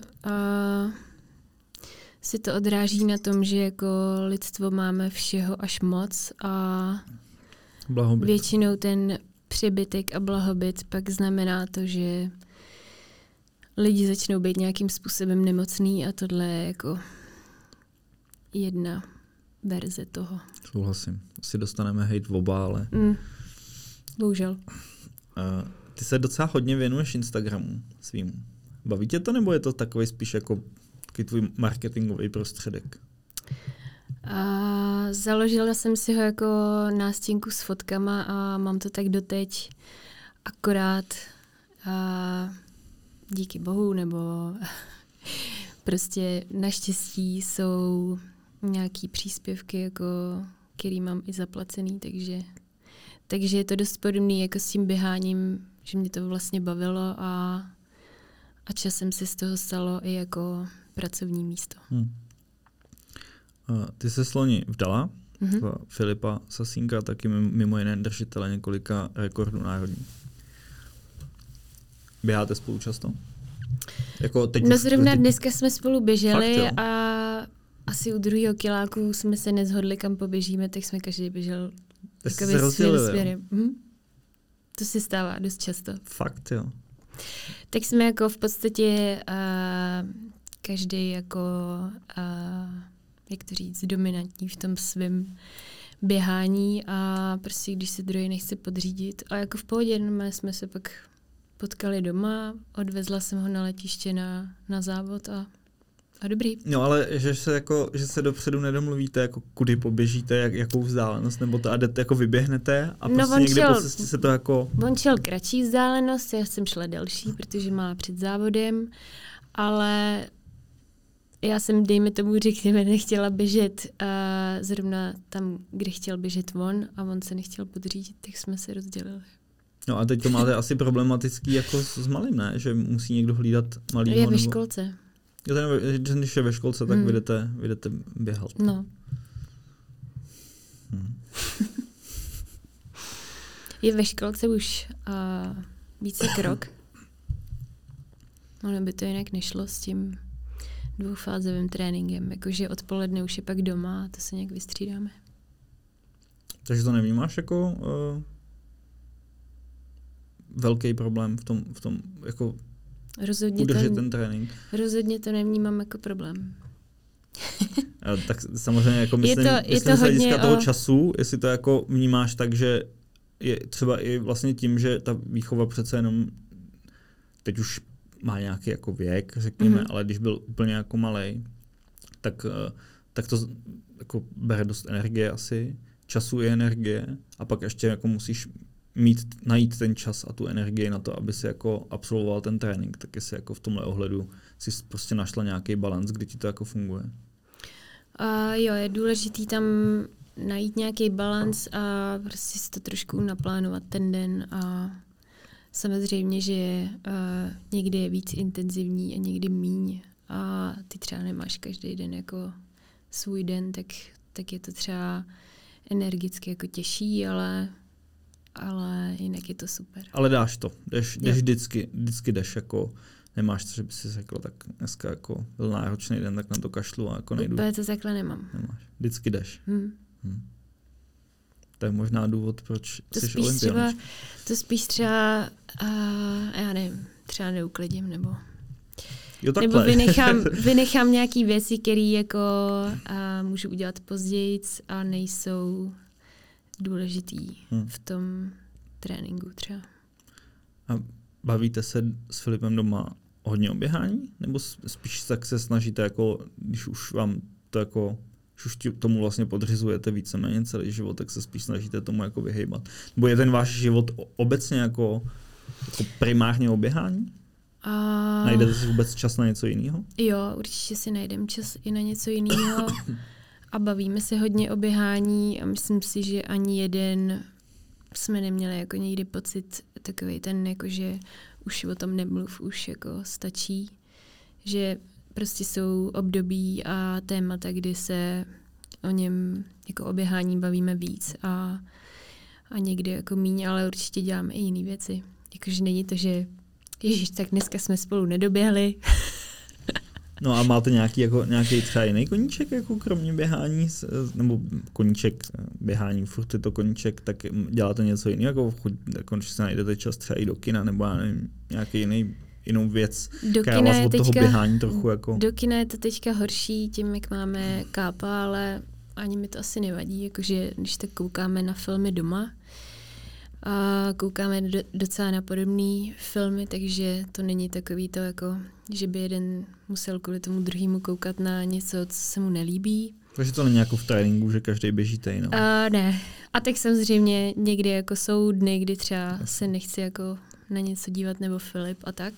si to odráží na tom, že jako lidstvo máme všeho až moc a blahobyt. Většinou ten přebytek a blahobyt pak znamená to, že lidi začnou být nějakým způsobem nemocný a tohle je jako jedna verze toho. Souhlasím. Asi dostaneme hejt v oba, ale... Bohužel. Ty se docela hodně věnuješ Instagramu svýmu. Baví tě to, nebo je to takový spíš jako takový tvůj marketingový prostředek? Založila jsem si ho jako nástěnku s fotkama a mám to tak doteď. Akorát díky bohu, nebo prostě naštěstí jsou nějaký příspěvky, jako, který mám i zaplacený, takže je to dost podobný jako s tím běháním, že mě to vlastně bavilo a časem se z toho stalo i jako pracovní místo. Ty se loni vdala, Filipa Sasínka, taky mimo jiné držitele několika rekordů národní. Běháte spolu často? Jako teď zrovna dneska jsme spolu běželi. Fakt, a asi u druhého kiláku jsme se nezhodli, kam poběžíme, tak jsme každý běžel svým směrem. To se stává dost často. Fakt, jo. Tak jsme jako v podstatě každý jako jak to říct, dominantní v tom svém běhání a prostě když se druhý nechce podřídit. A jako v pohodě jsme se pak potkali doma, odvezla jsem ho na letiště na závod a a dobrý. No ale že se dopředu nedomluvíte, jako kudy poběžíte, jakou vzdálenost, nebo to a jdete, jako vyběhnete a prostě někde po cestě se to jako... On šel kratší vzdálenost, já jsem šla delší, protože má před závodem, ale já jsem, dejme tomu, řekněme, nechtěla běžet zrovna tam, kde chtěl běžet on a on se nechtěl podřídit, tak jsme se rozdělili. No a teď to máte asi problematický jako s malým, ne? Že musí někdo hlídat malýho. Je ve školce. Když je ve školce, tak vy jdete běhat. No. Je ve školce už více jak rok. Ono by to jinak nešlo s tím dvoufázovým tréninkem. Jakože odpoledne už je pak doma a to se nějak vystřídáme. Takže to nevnímáš jako velký problém v tom jako udržet ten trénink? Rozhodně to nevnímám jako problém. Tak samozřejmě jako myslím z hlediska toho času, jestli to jako vnímáš tak, že je třeba i vlastně tím, že ta výchova přece jenom teď už má nějaký jako věk, řekněme, ale když byl úplně jako malej, tak to jako bere dost energie asi, času i energie a pak ještě jako musíš najít ten čas a tu energii na to, aby si jako absolvoval ten trénink, tak jestli jako v tomhle ohledu si prostě našla nějaký balans, kdy ti to jako funguje. Jo, je důležitý tam najít nějaký balans a prostě si to trošku naplánovat ten den a samozřejmě, že někdy je víc intenzivní a někdy míň a ty třeba nemáš každý den jako svůj den, tak je to třeba energicky jako těžší, ale jinak je to super. Ale dáš to, jdeš vždycky jdeš jako, nemáš to, že by si řekla, tak dneska jako byl náročný den, tak na to kašlu a jako nejdu. Úplně to takhle nemám. Nemáš, vždycky jdeš. To je možná důvod, proč jsi olympionička. To spíš třeba, já nevím, třeba neuklidím, nebo vynechám nějaký věci, které jako můžu udělat později a nejsou důležitý v tom tréninku třeba. A bavíte se s Filipem doma hodně o běhání? Nebo spíš tak se snažíte, jako, když už vám to jako, když už tomu vlastně podřizujete víceméně celý život, tak se spíš snažíte tomu jako vyhejbat? Nebo je ten váš život obecně jako primárně o běhání? Najdete si vůbec čas na něco jiného? Jo, určitě si najdeme čas i na něco jiného. A bavíme se hodně o běhání a myslím si, že ani jeden jsme neměli jako někdy pocit takový ten, jako že už o tom nemluv, už jako stačí. Že prostě jsou období a témata, kdy se o něm jako o běhání bavíme víc a někdy jako míň, ale určitě děláme i jiné věci. Jakože není to, že ježiš, tak dneska jsme spolu nedoběhli. No a máte nějaký třeba jiný koníček, jako kromě běhání, nebo koníček, běhání, furt je to koníček, tak děláte něco jiného, jako když se najdete čas třeba i do kina, nebo já nevím, nějaký jinou věc, která vás od toho běhání trochu jako... Do kina je to teďka horší tím, jak máme kápa, ale ani mi to asi nevadí, jakože když tak koukáme na filmy doma, a koukáme docela na podobné filmy, takže to není takový to, jako, že by jeden musel kvůli tomu druhému koukat na něco, co se mu nelíbí. Takže to není jako v tréninku, že každý běžíte jinak. Ne. A tak samozřejmě někdy jako jsou dny, kdy třeba se nechci jako na něco dívat, nebo Filip a tak.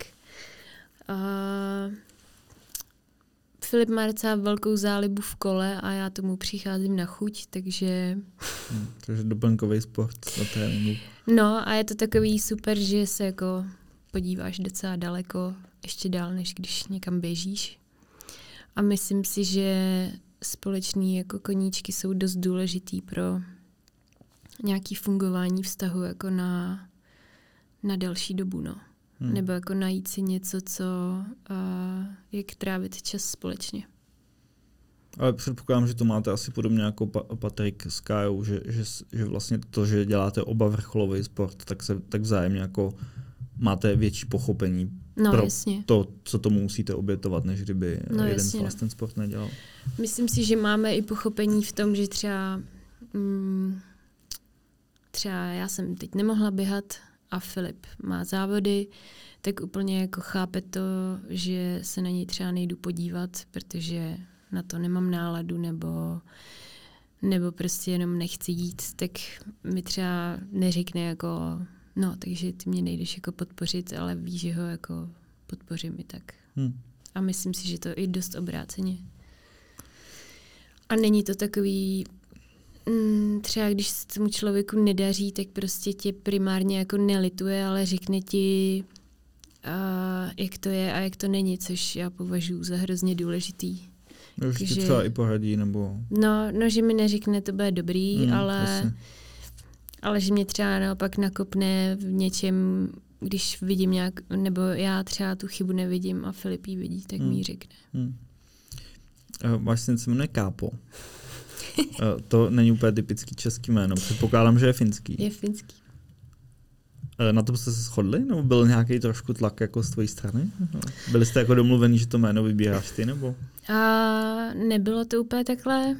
Filip má docela velkou zálibu v kole a já tomu přicházím na chuť, takže... Takže doplňkový sport na tréninku. No a je to takový super, že se jako podíváš docela daleko, ještě dál, než když někam běžíš. A myslím si, že společný jako koníčky jsou dost důležitý pro nějaký fungování vztahu jako na delší dobu, no. Nebo jako najít si něco, co jak trávit čas společně. Ale předpokládám, že to máte asi podobně jako Patrik s Kájou, že vlastně to, že děláte oba vrcholový sport, tak vzájemně jako máte větší pochopení pro jasně. to, co tomu musíte obětovat, než kdyby jeden z vás ten sport nedělal. Myslím si, že máme i pochopení v tom, že třeba já jsem teď nemohla běhat a Filip má závody, tak úplně jako chápe to, že se na něj třeba nejdu podívat, protože na to nemám náladu nebo prostě jenom nechci jít, tak mi třeba neřekne jako no, takže ty mě nejdeš jako podpořit, ale víš, že ho jako podpořím i tak. A myslím si, že to i dost obráceně. A není to takový, třeba když se tomu člověku nedaří, tak prostě tě primárně jako nelituje, ale řekne ti, jak to je a jak to není, což já považuji za hrozně důležitý. Už ti třeba i poradí, nebo... No, že mi neřekne, to bude dobrý, ale že mě třeba naopak nakopne v něčem, když vidím nějak, nebo já třeba tu chybu nevidím a Filip ji vidí, tak mi ji řekne. Váš syn se jmenuje Kápo. To není úplně typický český jméno. Předpokládám, že je finský. Je finský. Na tom jste se shodli? Nebo byl nějaký trošku tlak jako z tvojí strany? Byli jste jako domluvení, že to jméno vybíráš ty, nebo? Nebylo to úplně takhle.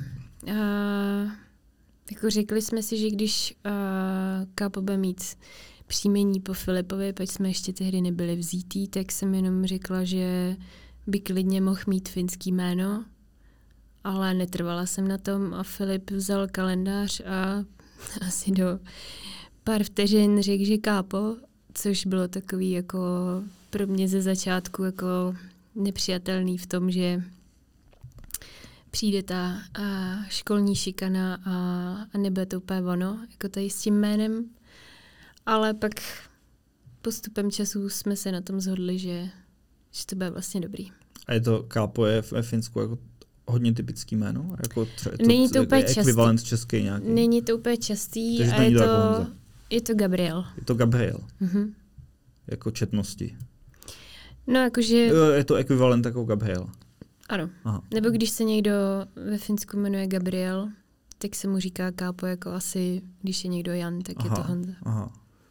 Jako řekli jsme si, že když Kápo bude mít příjmení po Filipovi, pač jsme ještě tehdy nebyli vzítý, tak jsem jenom řekla, že by klidně mohl mít finský jméno, ale netrvala jsem na tom a Filip vzal kalendář a asi do pár vteřin řekl, že Kápo, což bylo takový jako pro mě ze začátku jako nepřijatelný v tom, že přijde ta školní šikana a nebude to úplně ono, jako tady s tím jménem. Ale pak postupem času jsme se na tom shodli, že to bude vlastně dobrý. A je to Kápo je ve Finsku jako hodně typický jméno? Jako není to úplně častý. Ekvivalent český nějaký? Není to úplně častý. Takže a je to Gabriel. Je to Gabriel. Jako četnosti. No jakože... Je to ekvivalent jako Gabriel. Ano. Aha. Nebo když se někdo ve Finsku jmenuje Gabriel, tak se mu říká Kápo, jako asi, když je někdo Jan, tak je to Honza. Aha.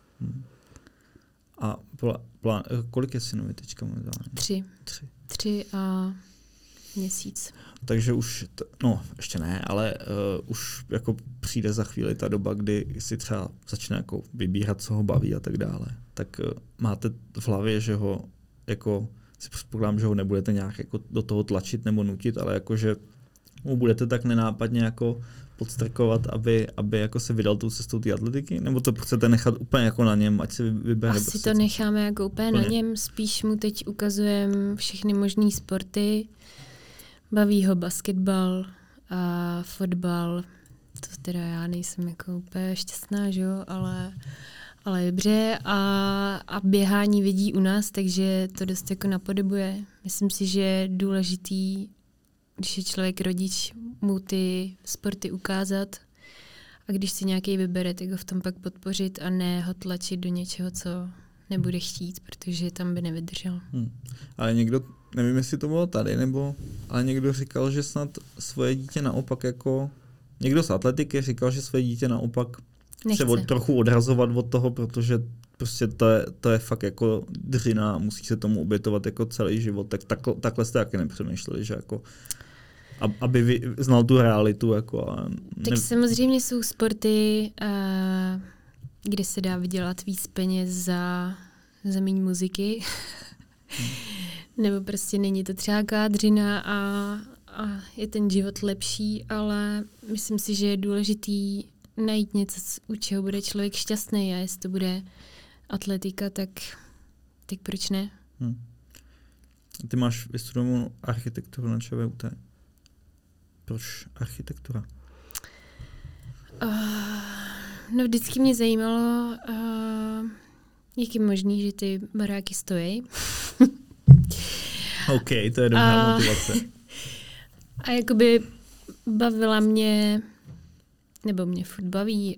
A kolik je synovi teďka momentálně? 3 a měsíc. Takže už, ještě ne, ale už jako přijde za chvíli ta doba, kdy si třeba začne jako vybírat, co ho baví a tak dále. Tak máte v hlavě, že ho jako si předpokládám, že ho nebudete nějak jako do toho tlačit nebo nutit, ale jako, že mu budete tak nenápadně jako podstrkovat, aby jako se vydal tou cestou té atletiky? Nebo to chcete nechat úplně jako na něm, ať si vybere? Asi to necháme jako úplně na něm, spíš mu teď ukazujeme všechny možný sporty. Baví ho basketbal a fotbal. To teda já nejsem jako úplně šťastná, že jo, ale dobře a běhání vidí u nás, takže to dost jako napodobuje. Myslím si, že je důležitý, když je člověk rodič, mu ty sporty ukázat a když si nějaký vybere, tak ho v tom pak podpořit a ne ho tlačit do něčeho, co nebude chtít, protože tam by nevydržel. Ale někdo, nevím, jestli to bylo tady, ale někdo říkal, že snad svoje dítě naopak jako, někdo z atletiky říkal, že svoje dítě naopak nechce se trochu odrazovat od toho, protože prostě to je fakt jako dřina a musí se tomu obětovat jako celý život. Tak takhle jste taky nepřemýšleli, že jako aby znal tu realitu. Jako tak samozřejmě jsou sporty, kde se dá vydělat víc peněz za méně muziky. Nebo prostě není to třeba kádřina a je ten život lepší, ale myslím si, že je důležitý najít něco, u čeho bude člověk šťastný a jestli to bude atletika, tak proč ne? Ty máš vystudovanou architekturu na ČVUT. Proč architektura? No vždycky mě zajímalo, jak je možný, že ty baráky stojí. OK, to je dobrá motivace. A jakoby bavila mě, nebo mě furt baví,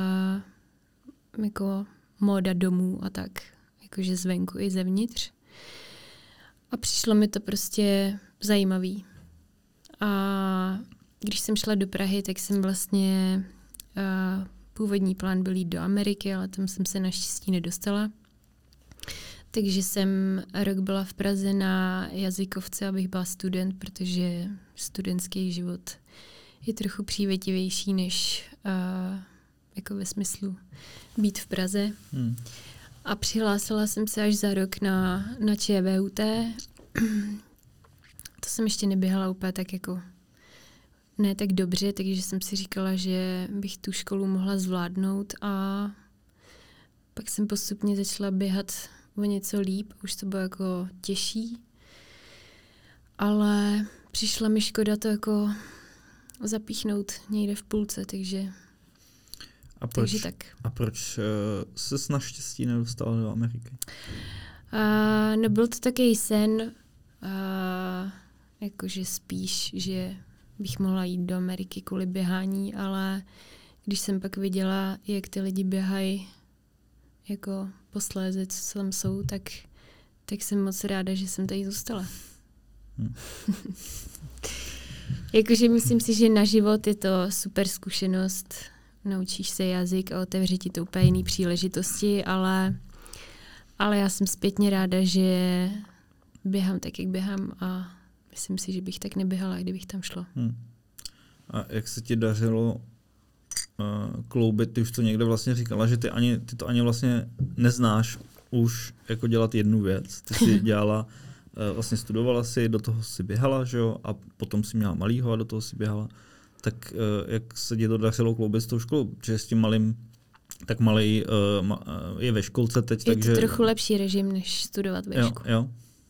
jako móda domů a tak, jakože zvenku i zevnitř. A přišlo mi to prostě zajímavý. A když jsem šla do Prahy, tak jsem vlastně, původní plán byl jít do Ameriky, ale tam jsem se naštěstí nedostala. Takže jsem rok byla v Praze na jazykovce, abych byla student, protože studentský život je trochu přívětivější, než jako ve smyslu být v Praze. A přihlásila jsem se až za rok na ČVUT. To jsem ještě neběhala úplně tak jako ne tak dobře, takže jsem si říkala, že bych tu školu mohla zvládnout a pak jsem postupně začala běhat o něco líp, už to bylo jako těžší, ale přišla mi škoda to jako zapíchnout někde v půlce, takže tak. A proč ses naštěstí nedostala do Ameriky? No byl to takový sen, jakože spíš, že bych mohla jít do Ameriky kvůli běhání, ale když jsem pak viděla, jak ty lidi běhají jako posléze, co tam jsou, tak jsem moc ráda, že jsem tady zůstala. Jakože myslím si, že na život je to super zkušenost, naučíš se jazyk a otevře ti to úplně jiný příležitosti, ale já jsem zpětně ráda, že běhám tak, jak běhám a myslím si, že bych tak neběhala, kdybych tam šla. A jak se ti dařilo kloubit? Ty už to někde vlastně říkala, že ty to ani vlastně neznáš už jako dělat jednu věc. Ty jsi dělala, vlastně studovala si, do toho si běhala, že jo? A potom si měla malýho a do toho si běhala. Tak jak se ti to dařilo kloubit s tou školou? Že s tím malým, tak malý je ve školce teď, takže... Je to trochu lepší režim, než studovat ve škole. Jo.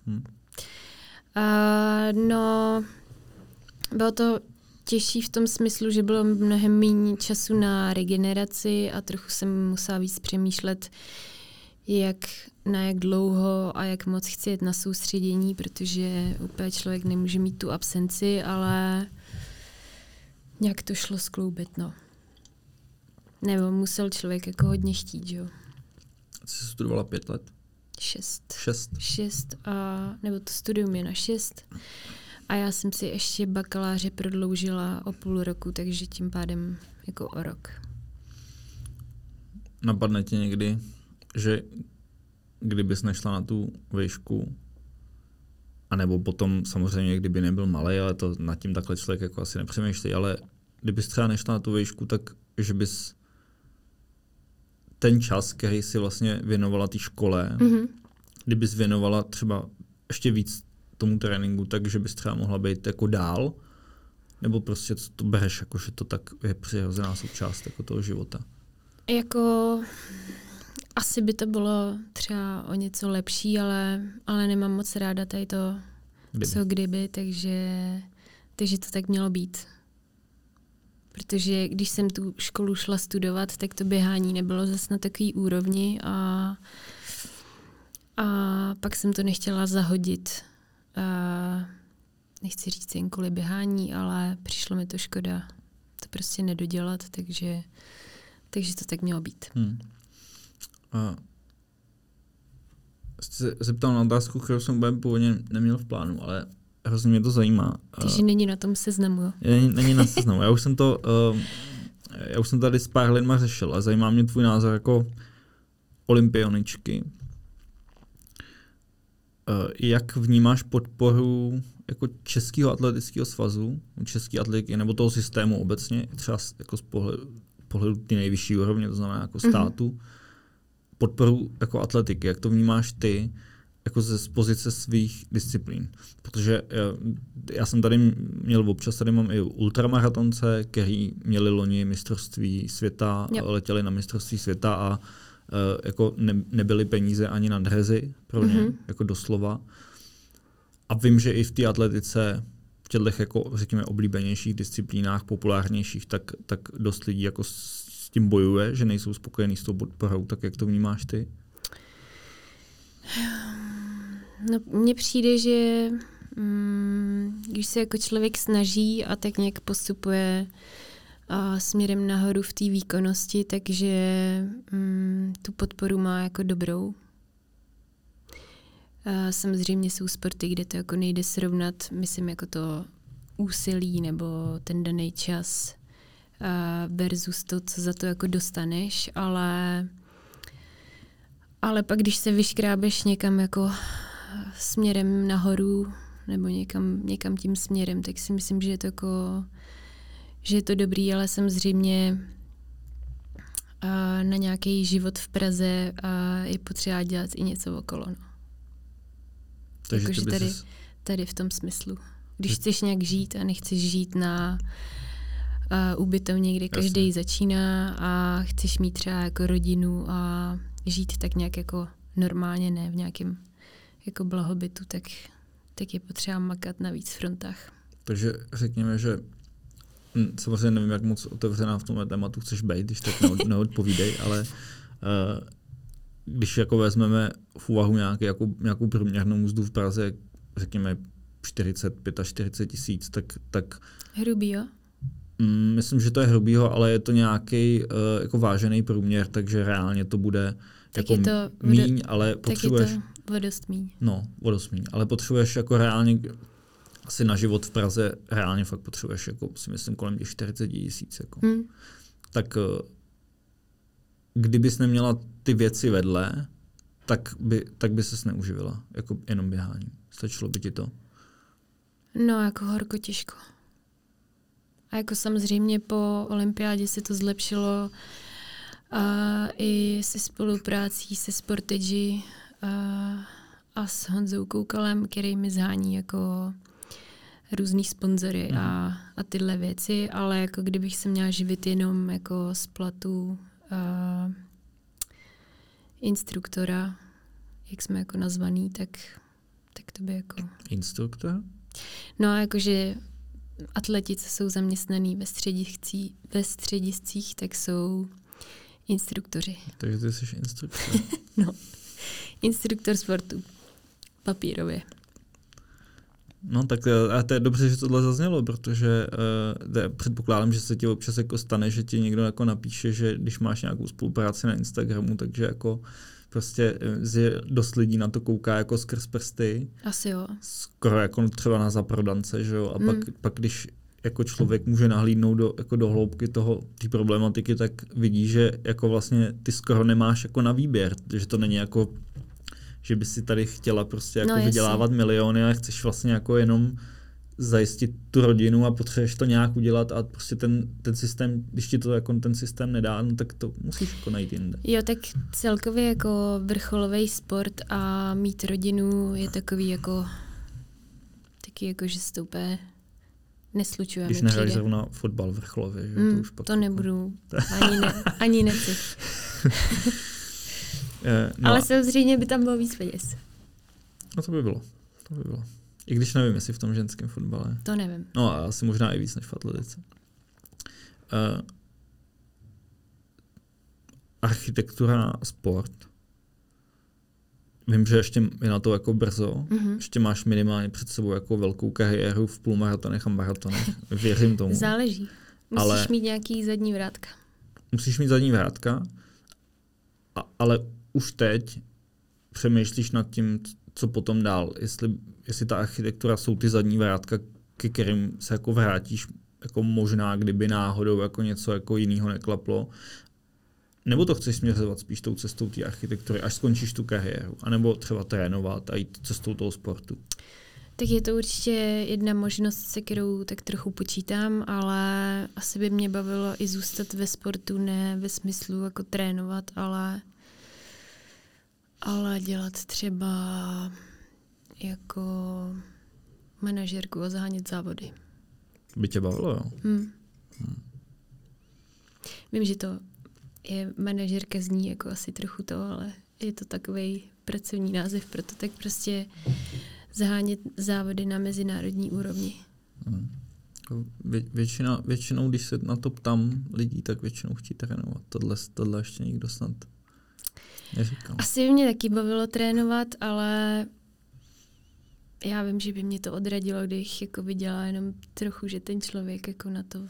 No, bylo to těžší v tom smyslu, že bylo mnohem méně času na regeneraci a trochu jsem musela víc přemýšlet, na jak dlouho a jak moc chci jet na soustředění, protože úplně člověk nemůže mít tu absenci, ale nějak to šlo skloubit, no. Nebo musel člověk jako hodně chtít, jo. Jsi studovala 5 let? 6. 6? Nebo to studium je na 6. A já jsem si ještě bakaláře prodloužila o půl roku, takže tím pádem jako o rok. Napadne tě někdy, že kdybys nešla na tu výšku, anebo potom samozřejmě, kdyby nebyl malej, ale to nad tím takhle člověk jako asi nepřemýšlí, ale kdybys třeba nešla na tu výšku, tak že bys ten čas, který si vlastně věnovala té škole, kdybys věnovala třeba ještě víc tomu tréninku, takže bys třeba mohla být jako dál, nebo prostě to bereš, jako, že to tak je přirozená součást jako toho života? Jako asi by to bylo třeba o něco lepší, ale nemám moc ráda tady to kdyby, takže to tak mělo být. Protože když jsem tu školu šla studovat, tak to běhání nebylo zase na takový úrovni a pak jsem to nechtěla zahodit. Nechci říct jen kvůli běhání, ale přišlo mi to škoda to prostě nedodělat, takže to tak mělo být. Jste se zeptal na otázku, kterou jsem původně neměl v plánu, ale hrozně mě to zajímá. Takže není na tom seznamu, jo? Není na seznamu. Já už jsem tady s pár lidma řešil a zajímá mě tvůj názor jako olympioničky. Jak vnímáš podporu jako Českého atletického svazu, české atletiky nebo toho systému obecně, třeba jako z pohledu ty nejvyšší úrovně, to znamená jako státu, podporu jako atletiky, jak to vnímáš ty, jako z pozice svých disciplín. Protože já jsem tady měl občas, tady mám i ultramaratonce, který měli loni mistrovství světa, letěli na mistrovství světa a jako nebyly peníze ani na dresy pro ně, jako doslova. A vím, že i v té atletice, v těchto jako, řekněme, oblíbenějších disciplínách, populárnějších, tak dost lidí jako s tím bojuje, že nejsou spokojení s tou podporou. Tak jak to vnímáš ty? No, mně přijde, že když se jako člověk snaží a tak nějak postupuje směrem nahoru v té výkonnosti, takže tu podporu má jako dobrou. Samozřejmě jsou sporty, kde to jako nejde srovnat, myslím, jako to úsilí nebo ten daný čas versus to, co za to jako dostaneš, ale pak když se vyškrábeš někam jako směrem nahoru nebo někam tím směrem, tak si myslím, že je to dobrý, ale samozřejmě na nějaký život v Praze je potřeba dělat i něco okolo. No. Takže jakože tady v tom smyslu. Když chceš nějak žít a nechceš žít na ubytovně, kde každý začíná a chceš mít třeba jako rodinu a žít tak nějak jako normálně, ne v nějakém jako blahobytu, tak je potřeba makat na víc frontách. Takže řekněme, že samozřejmě nevím, jak moc otevřená v tomhle tématu chceš být, když tak neodpovídej, ale když jako vezmeme v úvahu nějakou průměrnou mzdu v Praze, řekněme 40-45 tisíc, tak hrubý, jo? Myslím, že to je hrubýho, ale je to nějaký jako vážený průměr, takže reálně to bude tak jako míň, ale potřebuješ... Tak je to vodost míň. No, vodost míň, ale potřebuješ jako reálně asi na život v Praze reálně fakt potřebuješ, jako si myslím, kolem těch 40 tisíc. Jako. Tak kdybys neměla ty věci vedle, tak by ses neuživila, jako jenom běhání. Stačilo by ti to? No, jako horko těžko. A jako samozřejmě po olympiádě se to zlepšilo i se spoluprácí se Sportage a s Honzou Koukalem, který mi zhání jako různý sponzory a tyhle věci, ale jako kdybych se měla živit jenom jako z platu instruktora, jak jsme jako nazvaný, tak to by jako... Instruktor? No, jakože atleti, co jsou zaměstnaný ve střediscích, tak jsou instruktoři. Takže ty jsi instruktor. No, instruktor sportu. Papírově. No tak a to je dobře, že tohle zaznělo, protože předpokládám, že se ti občas jako stane, že ti někdo jako napíše, že když máš nějakou spolupráci na Instagramu, takže jako prostě dost lidí na to kouká jako skrz prsty. Asi jo. Skoro jako třeba na zaprodance, že jo? A pak když jako člověk může nahlídnout do hloubky té problematiky, tak vidí, že jako vlastně ty skoro nemáš jako na výběr, že to není jako, že by si tady chtěla prostě jako vydělávat miliony a chceš vlastně jako jenom zajistit tu rodinu a potřebuješ to nějak udělat a prostě ten systém, když ti to jako ten systém nedá, no tak to musíš jako najít jinde. Jo, tak celkově jako vrcholový sport a mít rodinu je takový jako taky jako, že se to úplně neslučuje. Když nehraješ zrovna fotbal vrcholově, že to už pak... To nebudu, ani nechci. No ale samozřejmě by tam bylo víc peněz. No to by bylo. I když nevím, jestli v tom ženském fotbale. To nevím. No a asi možná i víc než v atletice. Architektura a sport. Vím, že ještě je na to jako brzo. Ještě máš minimálně před sebou jako velkou kariéru v půlmaratonech a maratonech. Věřím tomu. Záleží. Musíš mít nějaký zadní vrátka. Musíš mít zadní vrátka, ale už teď přemýšlíš nad tím, co potom dál. Jestli ta architektura jsou ty zadní vrátka, ke kterým se jako vrátíš, jako možná, kdyby náhodou jako něco jako jiného neklaplo. Nebo to chceš směřovat spíš tou cestou té architektury, až skončíš tu kariéru. A nebo třeba trénovat a jít cestou toho sportu. Tak je to určitě jedna možnost, se kterou tak trochu počítám, ale asi by mě bavilo i zůstat ve sportu, ne ve smyslu jako trénovat, ale dělat třeba jako manažerku a zahánět závody. By tě bavilo, jo? Vím, že to je manažerka zní jako asi trochu to, ale je to takový pracovní název, proto tak prostě zahánět závody na mezinárodní úrovni. Většinou, když se na to ptám lidí, tak většinou chtějí trénovat. Tohle ještě nikdo snad neříkal. Asi by mě taky bavilo trénovat, ale já vím, že by mě to odradilo, když jako viděla jenom trochu, že ten člověk jako na to,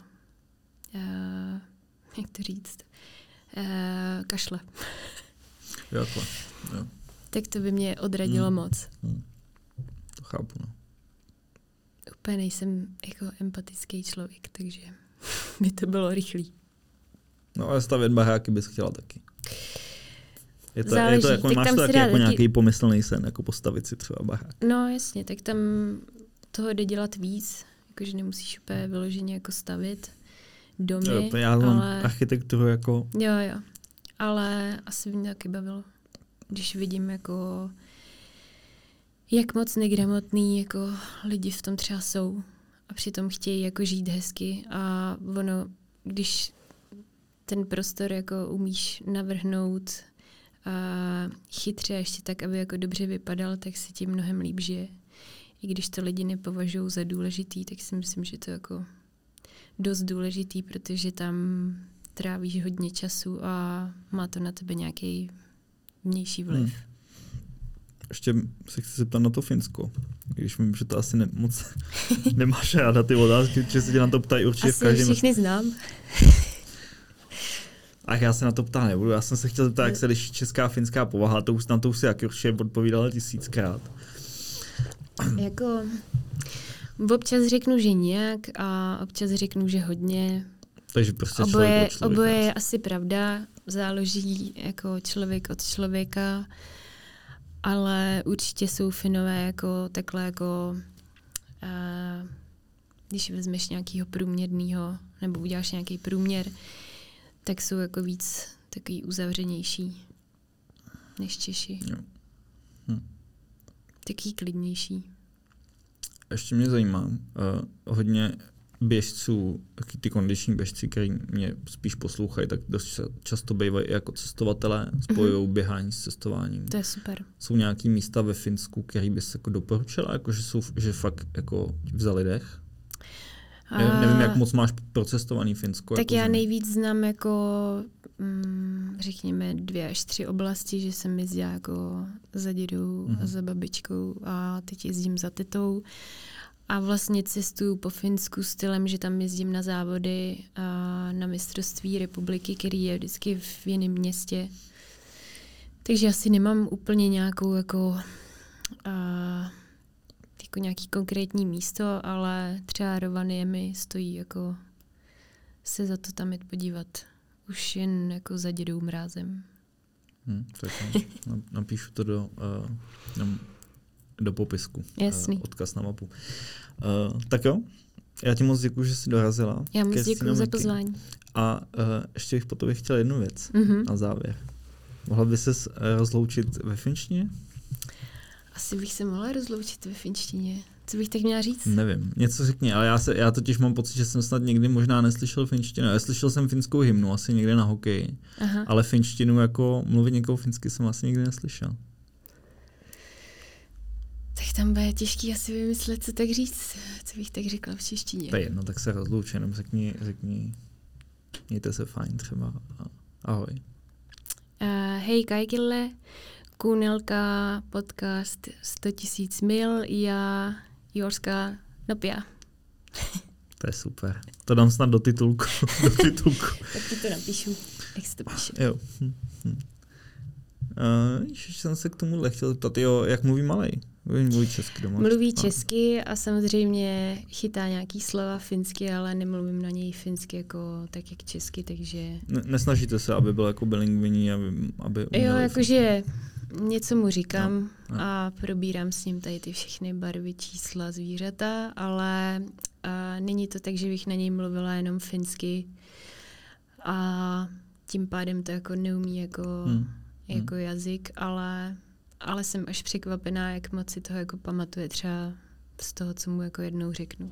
jak to říct, kašle. Jo. Tak to by mě odradilo moc. To chápu, no. Úplně nejsem jako empatický člověk, takže by to bylo rychlý. No ale stavět baráky bys chtěla taky. Je to jako, tak máš to taky jako nějaký pomyslný sen, jako postavit si třeba barák. No jasně, tak tam toho jde dělat víc, jakože nemusíš úplně vyloženě jako stavit domy. Já mám architekturu jako... Jo. ale asi by mě taky bavilo, když vidím jako jak moc negramotný jako lidi v tom třeba jsou a přitom chtějí jako žít hezky a ono, když ten prostor jako umíš navrhnout a chytře ještě tak, aby jako dobře vypadal, tak se ti mnohem líp žije. I když to lidi nepovažují za důležitý, tak si myslím, že to je jako dost důležitý, protože tam trávíš hodně času a má to na tebe nějaký vnější vliv. Ještě se chci zeptat na to Finsko, když vím, že to asi moc nemáš ráda ty otázky, že se tě na to ptají určitě asi v každém. Asi všechny znám. Ach, já se na to ptát nebudu, já jsem se chtěl zeptat, jak se liší česká a finská povaha, na to už si jak určitě odpovídala 1000krát. Jako občas řeknu, že nějak a občas řeknu, že hodně. Takže prostě oboje je asi pravda, záleží jako člověk od člověka, ale určitě jsou Finové jako takhle jako když vezmeš nějakého průměrného nebo uděláš nějaký průměr, tak jsou jako víc takový uzavřenější než Češi. Taký klidnější. Ještě mě zajímá, hodně běžců, taky ty kondiční běžci, který mě spíš poslouchají, tak dost často bývají jako cestovatelé, spojují běhání s cestováním. To je super. Jsou nějaký místa ve Finsku, který bys jako doporučila, jako že fakt jako vzali dech? Nevím, jak moc máš procestovaný Finsko. Tak jako já nejvíc znám jako řekněme 2 až 3 oblasti, že jsem jezdila jako za dědou a za babičkou a teď jezdím za tetou. A vlastně cestuju po Finsku stylem, že tam jezdím na závody a na mistrovství republiky, který je vždycky v jiném městě. Takže asi nemám úplně nějakou jako nějaký konkrétní místo, ale třeba Rovaniemi stojí jako se za to tam jít podívat. Už jen jako za dědou mrázem. Tak napíšu to do popisku. Jasný. Odkaz na mapu. Tak jo, já ti moc děkuji, že jsi dorazila. Já moc děkuji za pozvání. A ještě bych po tobě chtěl jednu věc na závěr. Mohla by ses rozloučit ve finštině? Asi bych se mohla rozloučit ve finštině. Co bych tak měla říct? Nevím, něco řekni, ale já totiž mám pocit, že jsem snad někdy možná neslyšel finštinu. Já slyšel jsem finskou hymnu, asi někde na hokeji, ale finštinu jako mluvit někoho finsky jsem asi nikdy neslyšel. Tak tam bude těžký asi vymyslet, co tak říct, co bych tak řekla v češtině. To je jedno, tak se rozlouč, jenom řekni, mějte se fajn třeba. Ahoj. Hej kaikille, kuunnelkaa podcast 100 000 mil ja juoskaa nopea. To je super. To dám snad do titulku. Tak ti to napíšu, jak se to píše. Jo. Ještě jsem se k tomu chtěl zeptat, jak mluví malej? Mluví česky doma? Mluví česky a samozřejmě chytá nějaký slova finsky, ale nemluvím na něj finsky jako tak jak česky, takže... Nesnažíte se, aby byl jako bilingvní, aby jo, jakože něco mu říkám a probírám s ním tady ty všechny barvy, čísla, zvířata, ale není to tak, že bych na něj mluvila jenom finsky a tím pádem to jako neumí jako jazyk, ale jsem až překvapená, jak moc si toho jako pamatuje třeba z toho, co mu jako jednou řeknu.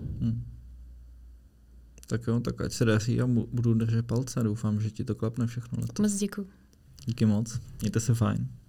Tak jo, tak ať se daří a budu držet palce a doufám, že ti to klapne všechno letos. Moc děkuju. Díky moc, mějte se fajn.